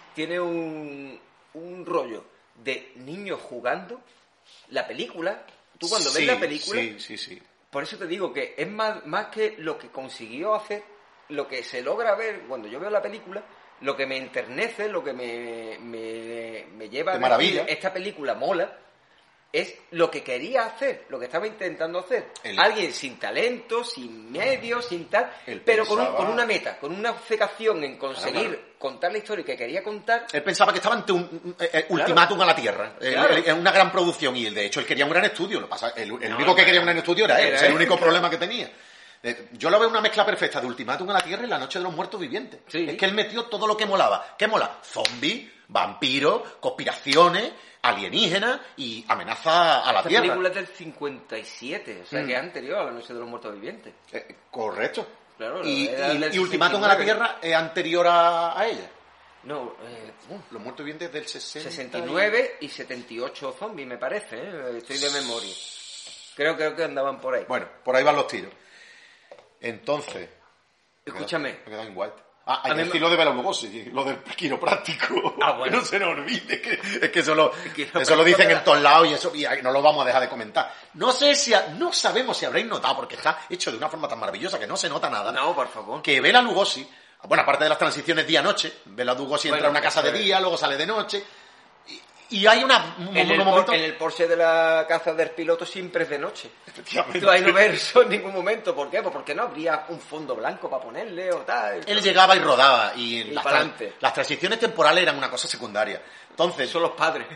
[SPEAKER 1] rollo de niños jugando. La película, tú cuando ves la película...
[SPEAKER 2] Sí.
[SPEAKER 1] Por eso te digo que es más que lo que consiguió hacer, lo que se logra ver cuando yo veo la película, lo que me enternece, lo que me lleva
[SPEAKER 2] de maravilla.
[SPEAKER 1] Esta película mola, es lo que quería hacer, lo que estaba intentando hacer. Alguien sin talento, sin medios, sin tal, pero con una meta, con una obcecación en conseguir contar la historia que quería contar.
[SPEAKER 2] Él pensaba que estaba ante un ultimátum a la Tierra, en una gran producción, y de hecho él quería un gran estudio. Lo pasa, el único que quería un gran estudio era él, es el único problema que tenía. Yo lo veo una mezcla perfecta de Ultimátum a la Tierra y La Noche de los Muertos Vivientes. Sí. Es que él metió todo lo que molaba. ¿Qué mola? Zombies, vampiros, conspiraciones, alienígenas y amenaza a la Tierra.
[SPEAKER 1] La película es del 57, o sea que es anterior a La Noche de los Muertos Vivientes.
[SPEAKER 2] Correcto.
[SPEAKER 1] Claro,
[SPEAKER 2] y Ultimátum a la Tierra es anterior a ella.
[SPEAKER 1] No,
[SPEAKER 2] Los Muertos Vivientes del
[SPEAKER 1] 69 y 78 zombies, me parece, estoy de memoria. Creo que andaban por ahí.
[SPEAKER 2] Bueno, por ahí van los tiros. Entonces...
[SPEAKER 1] Escúchame.
[SPEAKER 2] Me queda en white. Hay que decir lo de Bela Lugosi, lo del quiropráctico. Bueno. Que no se nos olvide, es que eso lo dicen en todos lados y no lo vamos a dejar de comentar. No sabemos si habréis notado, porque está hecho de una forma tan maravillosa que no se nota nada.
[SPEAKER 1] No, por favor.
[SPEAKER 2] Que Bela Lugosi, bueno, aparte de las transiciones día-noche, Bela Lugosi entra a una casa de día, luego sale de noche... Y hay un momento...
[SPEAKER 1] En el Porsche de la caza del piloto siempre es de noche.
[SPEAKER 2] Efectivamente.
[SPEAKER 1] Tú ahí no ves eso en ningún momento. ¿Por qué? Pues porque no habría un fondo blanco para ponerle o tal.
[SPEAKER 2] Él llegaba y rodaba. Y
[SPEAKER 1] las
[SPEAKER 2] transiciones temporales eran una cosa secundaria. Entonces...
[SPEAKER 1] Son los padres.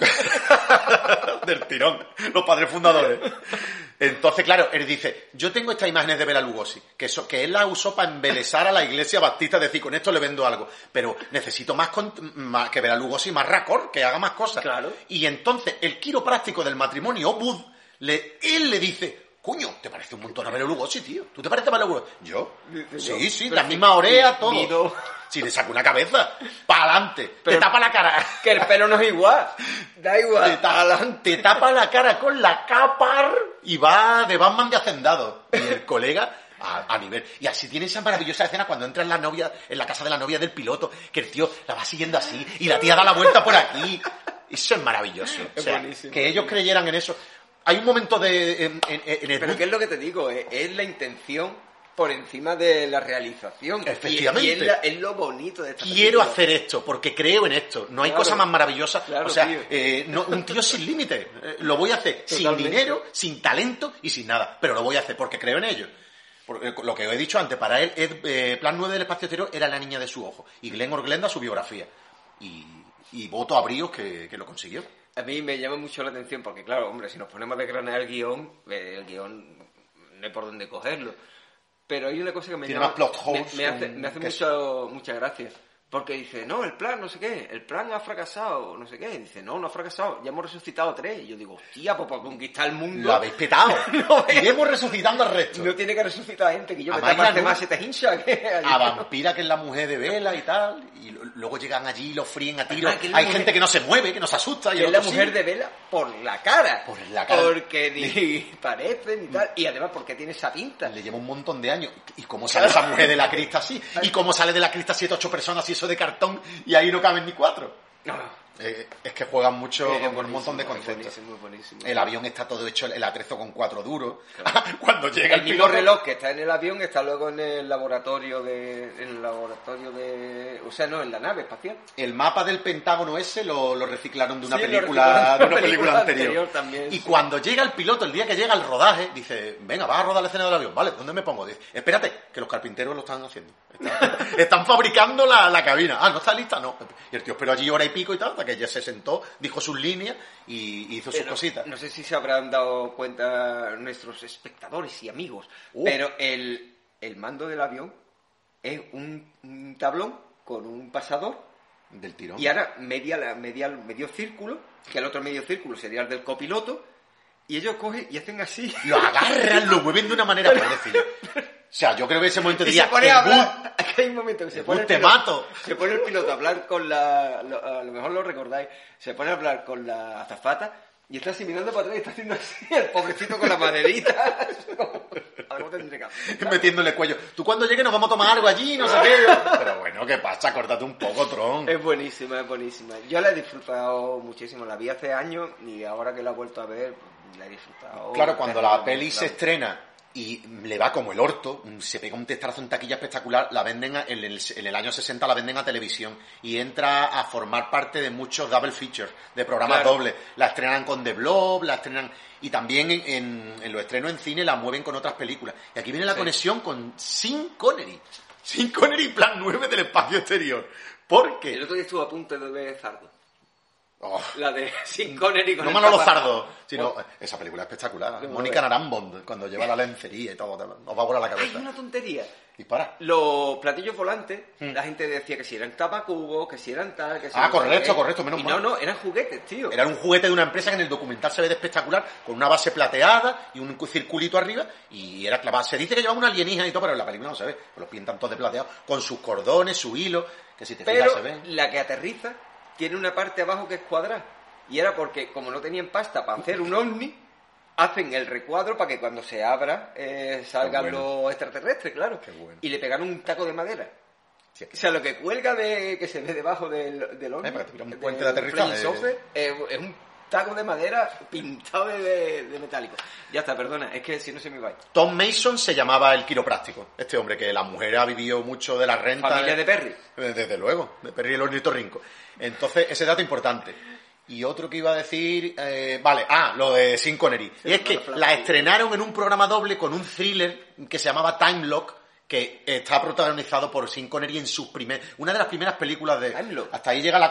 [SPEAKER 2] Del tirón. Los padres fundadores. Entonces, claro, él dice, yo tengo estas imágenes de Bela Lugosi, que él las usó para embelesar a la iglesia baptista, es decir, con esto le vendo algo, pero necesito más que Bela Lugosi, más raccord, que haga más cosas.
[SPEAKER 1] Claro.
[SPEAKER 2] Y entonces, el quiropráctico del matrimonio Obud, él le dice, coño, ¿te parece un montón a Bela Lugosi, tío? ¿Tú te pareces a Bela Lugosi? ¿Yo? Sí, la misma oreja, todo. Si le saco una cabeza, para adelante, te tapa la cara.
[SPEAKER 1] Que el pelo no es igual, da igual.
[SPEAKER 2] Te tapa la cara con la capa y va de Batman de hacendado. Y el colega a nivel. Y así tiene esa maravillosa escena cuando entra en la casa de la novia del piloto, que el tío la va siguiendo así y la tía da la vuelta por aquí. Eso es maravilloso.
[SPEAKER 1] Es buenísimo.
[SPEAKER 2] Que ellos creyeran en eso. Hay un momento en el...
[SPEAKER 1] Pero ¿qué es lo que te digo? Es la intención por encima de la realización.
[SPEAKER 2] Efectivamente.
[SPEAKER 1] Y es lo bonito de esta
[SPEAKER 2] Quiero
[SPEAKER 1] película.
[SPEAKER 2] hacer esto, porque creo en esto. No hay cosa más maravillosa.
[SPEAKER 1] Claro,
[SPEAKER 2] o sea, un tío sin límite. Lo voy a hacer sin dinero, sin talento y sin nada. Pero lo voy a hacer porque creo en ello. Porque, lo que he dicho antes, para él, Plan 9 del espacio exterior era la niña de su ojo. Y Glenn Glenda su biografía. Y voto a Bríos que lo consiguió.
[SPEAKER 1] A mí me llama mucho la atención porque, claro, hombre, si nos ponemos a desgranar el guión no hay por dónde cogerlo. Pero hay una cosa que me hace mucha gracia. Porque dice, no, el plan, no sé qué, el plan ha fracasado, no sé qué. Y dice, no ha fracasado, ya hemos resucitado 3. Y yo digo, hostia, pues para conquistar el mundo...
[SPEAKER 2] Lo habéis petado. Iremos resucitando al resto.
[SPEAKER 1] No tiene que resucitar a gente que yo me tapas más se te hincha.
[SPEAKER 2] A Vampira, que es la mujer de Vela y tal. Y luego llegan allí y los fríen a tiro. Hay gente que no se mueve, que no se asusta.
[SPEAKER 1] Y es la mujer de Vela por la cara. Porque ni parece ni tal. Y además porque tiene esa pinta.
[SPEAKER 2] Le lleva un montón de años. ¿Y cómo sale esa mujer de la crista así? ¿Y cómo sale de la crista 7 8 personas y eso de cartón y ahí no caben ni 4? Es que juegan mucho con un montón de conceptos.
[SPEAKER 1] Buenísimo.
[SPEAKER 2] El avión está todo hecho, el atrezo con 4 duros. Claro. Cuando llega
[SPEAKER 1] el mismo reloj que está en el avión está luego en el laboratorio de... O sea, no, en la nave espacial.
[SPEAKER 2] El mapa del Pentágono ese lo reciclaron de una película anterior también. Y cuando llega el piloto, el día que llega al rodaje, dice, venga, vas a rodar la escena del avión. Vale, ¿dónde me pongo? Dice, espérate, que los carpinteros lo están haciendo. Están fabricando la cabina. Ah, ¿no está lista? No. Y el tío esperó allí hora y pico y tal, hasta que ella se sentó, dijo sus líneas y hizo sus cositas.
[SPEAKER 1] No sé si se habrán dado cuenta nuestros espectadores y amigos, pero el mando del avión es un tablón con un pasador
[SPEAKER 2] del tirón.
[SPEAKER 1] Y ahora medio círculo, que el otro medio círculo sería el del copiloto, y ellos cogen y hacen así.
[SPEAKER 2] Lo agarran, lo mueven de una manera pobrecilla. O sea, yo creo que ese momento diría...
[SPEAKER 1] Se pone a hablar... Aquí hay un momento que se pone...
[SPEAKER 2] ¡Te mato!
[SPEAKER 1] Se pone el piloto a hablar con a lo mejor lo recordáis. Se pone a hablar con la azafata y está así mirando para atrás y está haciendo así el pobrecito con la maderita. Algo tendré que hacer.
[SPEAKER 2] Metiéndole cuello. Tú cuando llegues nos vamos a tomar algo allí, no sé qué. Pero bueno, ¿qué pasa? Córtate un poco, Tron.
[SPEAKER 1] Es buenísima. Yo la he disfrutado muchísimo. La vi hace años y ahora que la he vuelto a ver, la he disfrutado.
[SPEAKER 2] Claro, cuando la peli se estrena y le va como el orto, se pega un testazo en taquilla espectacular, la venden en el año 60 la venden a televisión y entra a formar parte de muchos double features, de programas dobles. La estrenan con The Blob, la estrenan y también en los estrenos en cine la mueven con otras películas. Y aquí viene la conexión con Sean Connery. Sean Connery, Plan 9 del espacio exterior. ¿Por qué?
[SPEAKER 1] El otro día estuvo a punto de ver Zardo.
[SPEAKER 2] Oh.
[SPEAKER 1] La de Sean Connery con
[SPEAKER 2] no Manolo Zardo, sino esa película es espectacular. Mónica Narambond, cuando lleva la lencería y todo, nos va a volar la cabeza.
[SPEAKER 1] Hay una tontería.
[SPEAKER 2] Dispara.
[SPEAKER 1] Los platillos volantes, la gente decía que si eran tapacubos, que si eran tal, que si
[SPEAKER 2] correcto, menos mal.
[SPEAKER 1] No, eran juguetes, tío.
[SPEAKER 2] Eran un juguete de una empresa que en el documental se ve de espectacular, con una base plateada y un circulito arriba, y era clavada. Se dice que llevaba una alienígena y todo, pero en la película no se ve. Los pintan todos de plateado, con sus cordones, su hilo, que si te fijas se ve.
[SPEAKER 1] La que aterriza tiene una parte abajo que es cuadrada. Y era porque, como no tenían pasta para hacer un ovni, hacen el recuadro para que cuando se abra salgan los extraterrestres, claro.
[SPEAKER 2] Qué bueno.
[SPEAKER 1] Y le pegaron un taco de madera.
[SPEAKER 2] Sí,
[SPEAKER 1] o sea, lo que cuelga que se ve debajo del ovni,
[SPEAKER 2] para que tuviera un puente de aterrizaje.
[SPEAKER 1] Es un taco de madera pintado de metálico. Ya está, perdona, es que si no se me va.
[SPEAKER 2] Tom Mason se llamaba el quiropráctico. Este hombre que la mujer ha vivido mucho de la renta.
[SPEAKER 1] Familia de Perry.
[SPEAKER 2] Desde luego, de Perry el ornitorrinco. Entonces, ese dato importante. Y otro que iba a decir... lo de Sean Connery. Y es que la estrenaron en un programa doble con un thriller que se llamaba Time Lock, que está protagonizado por Sean Connery en una de las primeras películas de...
[SPEAKER 1] Time Lock.
[SPEAKER 2] Hasta ahí llega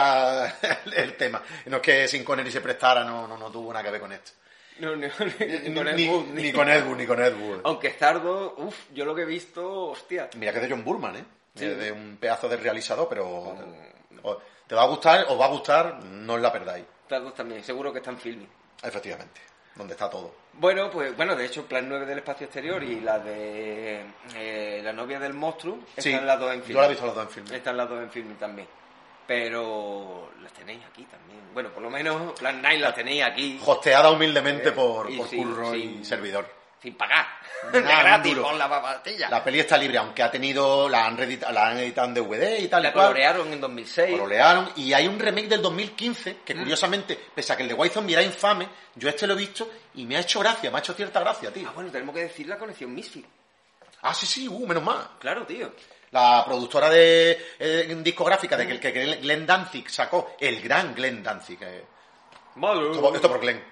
[SPEAKER 2] el tema. No es que Sean Connery se prestara, no tuvo nada que ver con esto.
[SPEAKER 1] No, ni
[SPEAKER 2] con Ed Wood.
[SPEAKER 1] Aunque Zardo, yo lo que he visto, hostia.
[SPEAKER 2] Mira que es de John Burman, ¿eh?
[SPEAKER 1] Sí.
[SPEAKER 2] De un pedazo de realizador, pero... ¿Te va a gustar? ¿Os va a gustar? No os la perdáis.
[SPEAKER 1] Las dos también, seguro que están filming.
[SPEAKER 2] Efectivamente, donde está todo.
[SPEAKER 1] Bueno, de hecho, Plan 9 del espacio exterior y la de La novia del monstruo están las dos en filming.
[SPEAKER 2] Yo la he visto las dos en filming.
[SPEAKER 1] Están las dos en filming también. Pero las tenéis aquí también. Bueno, por lo menos Plan 9 las tenéis aquí.
[SPEAKER 2] Hosteada humildemente por Curro y servidor.
[SPEAKER 1] Sin pagar. De gratis, con la papatilla.
[SPEAKER 2] La peli está libre, aunque ha tenido... La han editado en DVD y tal.
[SPEAKER 1] La colorearon en 2006.
[SPEAKER 2] Y hay un remake del 2015 que, curiosamente, pese a que el de White Zombie era infame, yo lo he visto y me ha hecho gracia, me ha hecho cierta gracia, tío.
[SPEAKER 1] Bueno, tenemos que decir la colección Misfit.
[SPEAKER 2] Sí, menos mal.
[SPEAKER 1] Claro, tío.
[SPEAKER 2] La productora de discográfica de que Glenn Danzig sacó, el gran Glenn Danzig. Esto por Glenn.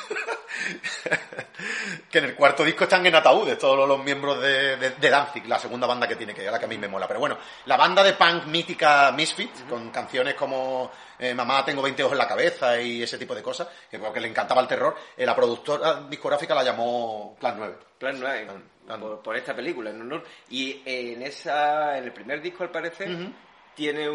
[SPEAKER 2] Que en el cuarto disco están en ataúdes todos los miembros de Danzig, la segunda banda que tiene, que es la que a mí me mola. Pero bueno, la banda de punk mítica Misfits, con canciones como Mamá, tengo 20 ojos en la cabeza y ese tipo de cosas, que creo que le encantaba el terror, la productora discográfica la llamó Plan 9.
[SPEAKER 1] Plan 9, por esta película, en honor. Y en el primer disco, al parecer, tiene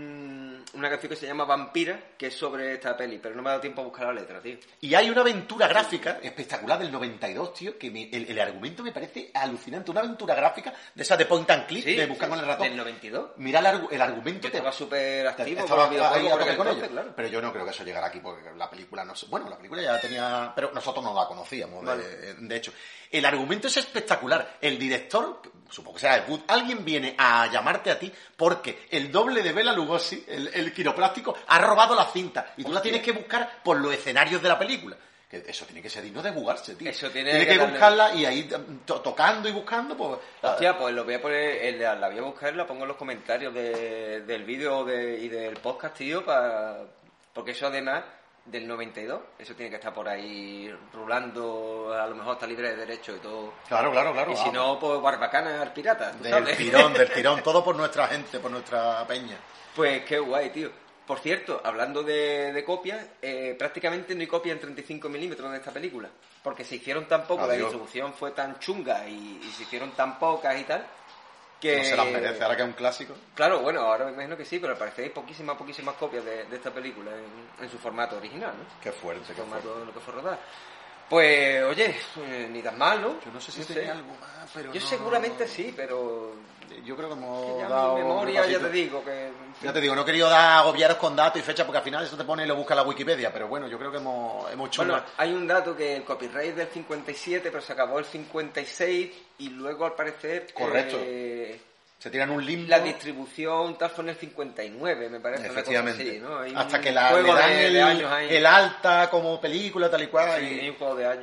[SPEAKER 1] una canción que se llama Vampira, que es sobre esta peli, pero no me ha dado tiempo a buscar la letra, tío.
[SPEAKER 2] Y hay una aventura gráfica espectacular del 92, tío, que el argumento me parece alucinante. Una aventura gráfica de esa de point and click, de buscar con el ratón.
[SPEAKER 1] ¿Del 92?
[SPEAKER 2] Mira el argumento.
[SPEAKER 1] Estaba súper activo.
[SPEAKER 2] Estaba ahí a tope con ello. Claro. Pero yo no creo que eso llegara aquí, porque la película no sé. Bueno, la película ya tenía... Pero nosotros no la conocíamos, vale. de hecho. El argumento es espectacular. El director, supongo que será Ed Wood, alguien viene a llamarte a ti porque el doble de Bela Lugosi, el quiropráctico, ha robado la cinta. Y tú la tienes que buscar por los escenarios de la película. Que eso tiene que ser digno de jugarse, tío.
[SPEAKER 1] Eso tiene
[SPEAKER 2] que buscarla y ahí tocando y buscando, pues...
[SPEAKER 1] Hostia, pues lo voy a poner, la voy a buscar y la pongo en los comentarios del vídeo y del podcast, tío, porque eso además... del 92, eso tiene que estar por ahí rulando, a lo mejor está libre de derecho y todo.
[SPEAKER 2] Claro.
[SPEAKER 1] Y si no, pues Barbacana al pirata, ¿tú sabes?
[SPEAKER 2] Del tirón, todo por nuestra gente, por nuestra peña.
[SPEAKER 1] Pues qué guay, tío. Por cierto, hablando de copias, prácticamente no hay copia en 35 milímetros de esta película, porque se hicieron tan poco, la distribución fue tan chunga y se hicieron tan pocas y tal, que
[SPEAKER 2] no se las merece, ahora que es un clásico.
[SPEAKER 1] Claro, bueno, ahora me imagino que sí, pero al parecer hay poquísimas copias de esta película en su formato original, ¿no?
[SPEAKER 2] Qué fuerte,
[SPEAKER 1] formato, lo que fue rodada. Pues, oye, ni tan mal, ¿no?
[SPEAKER 2] Yo no sé si tenía algo más, pero
[SPEAKER 1] yo seguramente sí, pero...
[SPEAKER 2] Yo creo que hemos
[SPEAKER 1] que ya
[SPEAKER 2] dado...
[SPEAKER 1] mi memoria, ya te digo que...
[SPEAKER 2] Ya te digo, no he querido agobiaros con datos y fechas, porque al final eso te pone y lo busca en la Wikipedia, pero bueno, yo creo que hemos hecho...
[SPEAKER 1] Bueno, hay un dato que el copyright es del 57, pero se acabó el 56, y luego, al parecer...
[SPEAKER 2] Correcto. Se tiran un limbo.
[SPEAKER 1] La distribución tal fue en el 59, me parece.
[SPEAKER 2] Efectivamente.
[SPEAKER 1] Así, ¿no?
[SPEAKER 2] Hasta que le dan el alta como película, tal y cual.
[SPEAKER 1] Sí, hay un juego de años.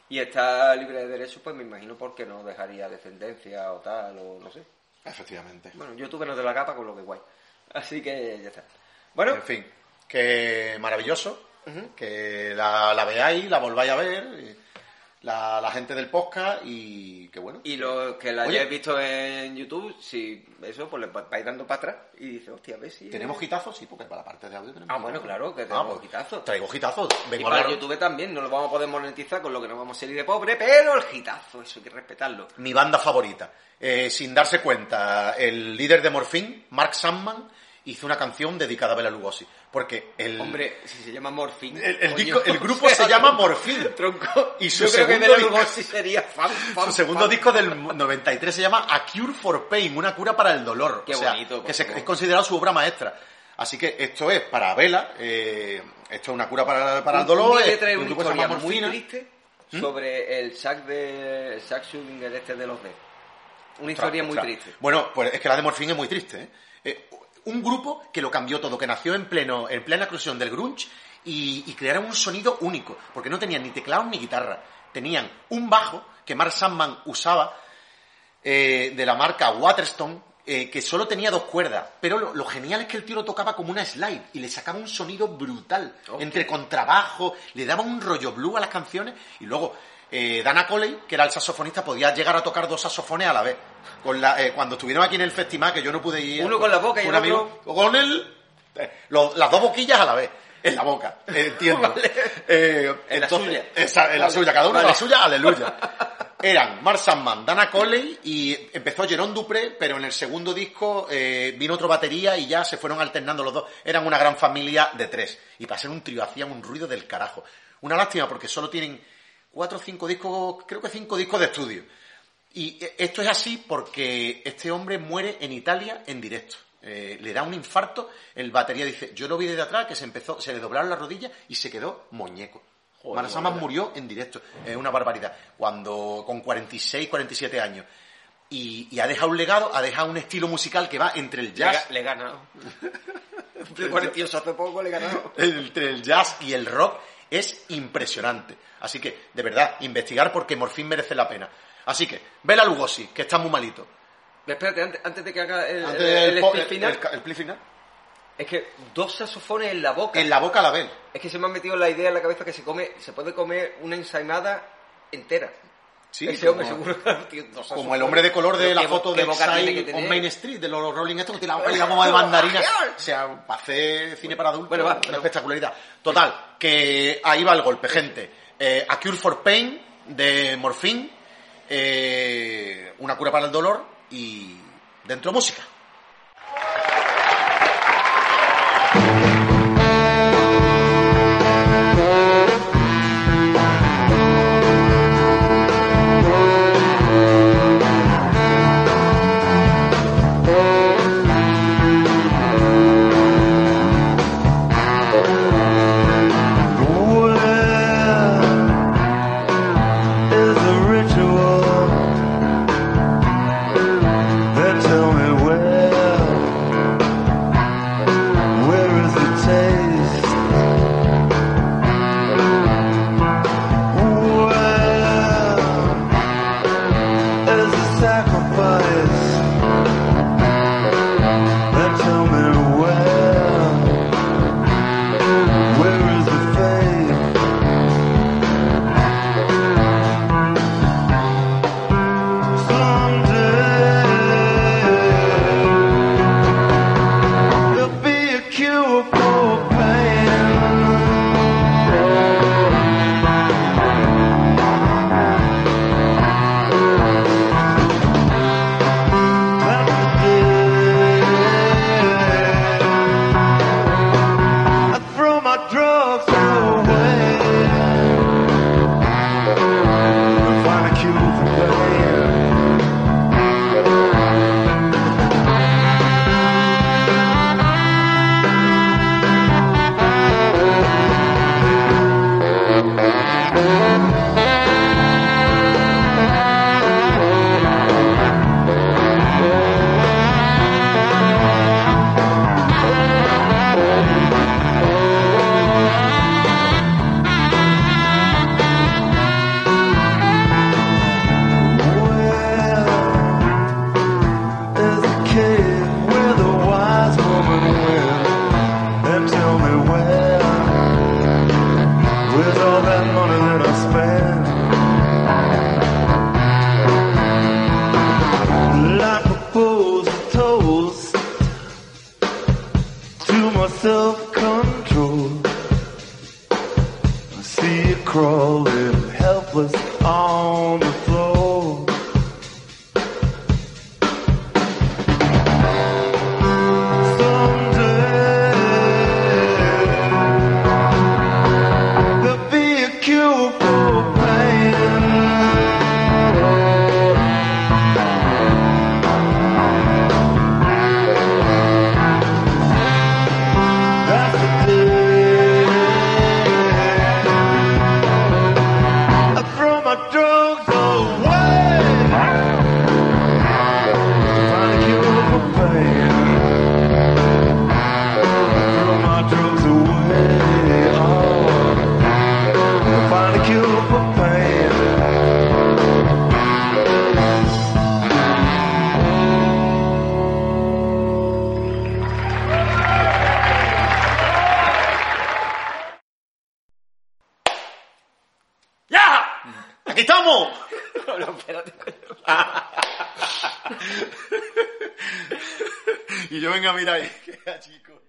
[SPEAKER 1] y está libre de derechos, pues me imagino porque no dejaría descendencia o tal, o no sé.
[SPEAKER 2] Efectivamente.
[SPEAKER 1] Bueno, YouTube no es de la capa, con lo que guay. Así que ya está. Bueno.
[SPEAKER 2] En fin, que maravilloso, que la veáis, la volváis a ver, la gente del podcast, y que bueno.
[SPEAKER 1] Y los que la hayáis visto en YouTube, si eso, pues le vais dando para atrás y dices, hostia, a ver si...
[SPEAKER 2] ¿Tenemos hitazos? Sí, porque para la parte de audio tenemos hitazos.
[SPEAKER 1] Bueno, claro, que tenemos hitazos.
[SPEAKER 2] Traigo hitazos.
[SPEAKER 1] Y para YouTube también, no lo vamos a poder monetizar, con lo que no vamos a salir de pobre, pero el hitazo, eso hay que respetarlo.
[SPEAKER 2] Mi banda favorita. Sin darse cuenta, el líder de Morphine, Mark Sandman, hizo una canción dedicada a Bela Lugosi. Porque
[SPEAKER 1] Hombre, si se llama Morphine...
[SPEAKER 2] El grupo se llama Morphine.
[SPEAKER 1] Tronco.
[SPEAKER 2] Y su
[SPEAKER 1] yo creo que Bela Lugosi sería
[SPEAKER 2] su segundo disco del 93 se llama A Cure for Pain, una cura para el dolor.
[SPEAKER 1] Qué bonito.
[SPEAKER 2] Que es considerado su obra maestra. Así que esto es para Bela, esto es una cura para el dolor.
[SPEAKER 1] Trae una historia muy triste sobre el sax Schrödinger de los Dead. Una historia muy triste.
[SPEAKER 2] Bueno, pues es que la de Morphine es muy triste, un grupo que lo cambió todo, que nació en plena eclosión del grunge y crearon un sonido único, porque no tenían ni teclados ni guitarra. Tenían un bajo que Mark Sandman usaba de la marca Waterstone, que solo tenía 2 cuerdas, pero lo genial es que el tío lo tocaba como una slide y le sacaba un sonido brutal, entre contrabajo, le daba un rollo blue a las canciones, y luego Dana Coley, que era el saxofonista, podía llegar a tocar 2 saxofones a la vez. Cuando estuvieron aquí en el festival, que yo no pude ir...
[SPEAKER 1] Uno con la boca y el otro...
[SPEAKER 2] Con las 2 boquillas a la vez. En la boca, entiendo.
[SPEAKER 1] Vale.
[SPEAKER 2] En la suya. En la suya, cada uno con la suya, aleluya. Eran Mark Sandman, Dana Coley, y empezó Jerome Dupré, pero en el segundo disco vino otro batería y ya se fueron alternando los dos. Eran una gran familia de 3. Y para ser un trío hacían un ruido del carajo. Una lástima porque solo tienen 4 o 5 discos, creo que 5 discos de estudio. Y esto es así porque este hombre muere en Italia en directo. Le da un infarto, el batería dice, yo lo vi desde atrás, que se le doblaron las rodillas y se quedó muñeco. Mark Sandman murió en directo, es una barbaridad, con 46, 47 años. Y ha dejado un legado, ha dejado un estilo musical que va entre el jazz...
[SPEAKER 1] Le he ganado. De 48 hace poco le he ganado.
[SPEAKER 2] Entre el jazz y el rock es impresionante. Así que, de verdad, investigar porque Morphine merece la pena. Así que, Bela Lugosi, que está muy malito.
[SPEAKER 1] Espérate, antes de que haga el split final.
[SPEAKER 2] El split final.
[SPEAKER 1] Es que 2 saxofones en la boca.
[SPEAKER 2] En la boca a la vez.
[SPEAKER 1] Es que se me ha metido la idea en la cabeza que se puede comer una ensaimada entera.
[SPEAKER 2] Sí,
[SPEAKER 1] ese hombre seguro.
[SPEAKER 2] Como el hombre de color de la foto de Exile on Main Street, de los Rolling Stones, que tiene la boca y la goma de mandarina. O sea, para hacer cine para adultos, una espectacularidad. Total, que ahí va el golpe, gente. A Cure for Pain, de Morphine, una cura para el dolor, y dentro música.
[SPEAKER 5] Tell me where to my self-control. I see you crawling helpless on the floor. Someday there'll be a cure for pain.
[SPEAKER 2] ¡Aquí estamos!
[SPEAKER 1] No, espérate, coño.
[SPEAKER 2] Y yo venga, mira ahí, chico.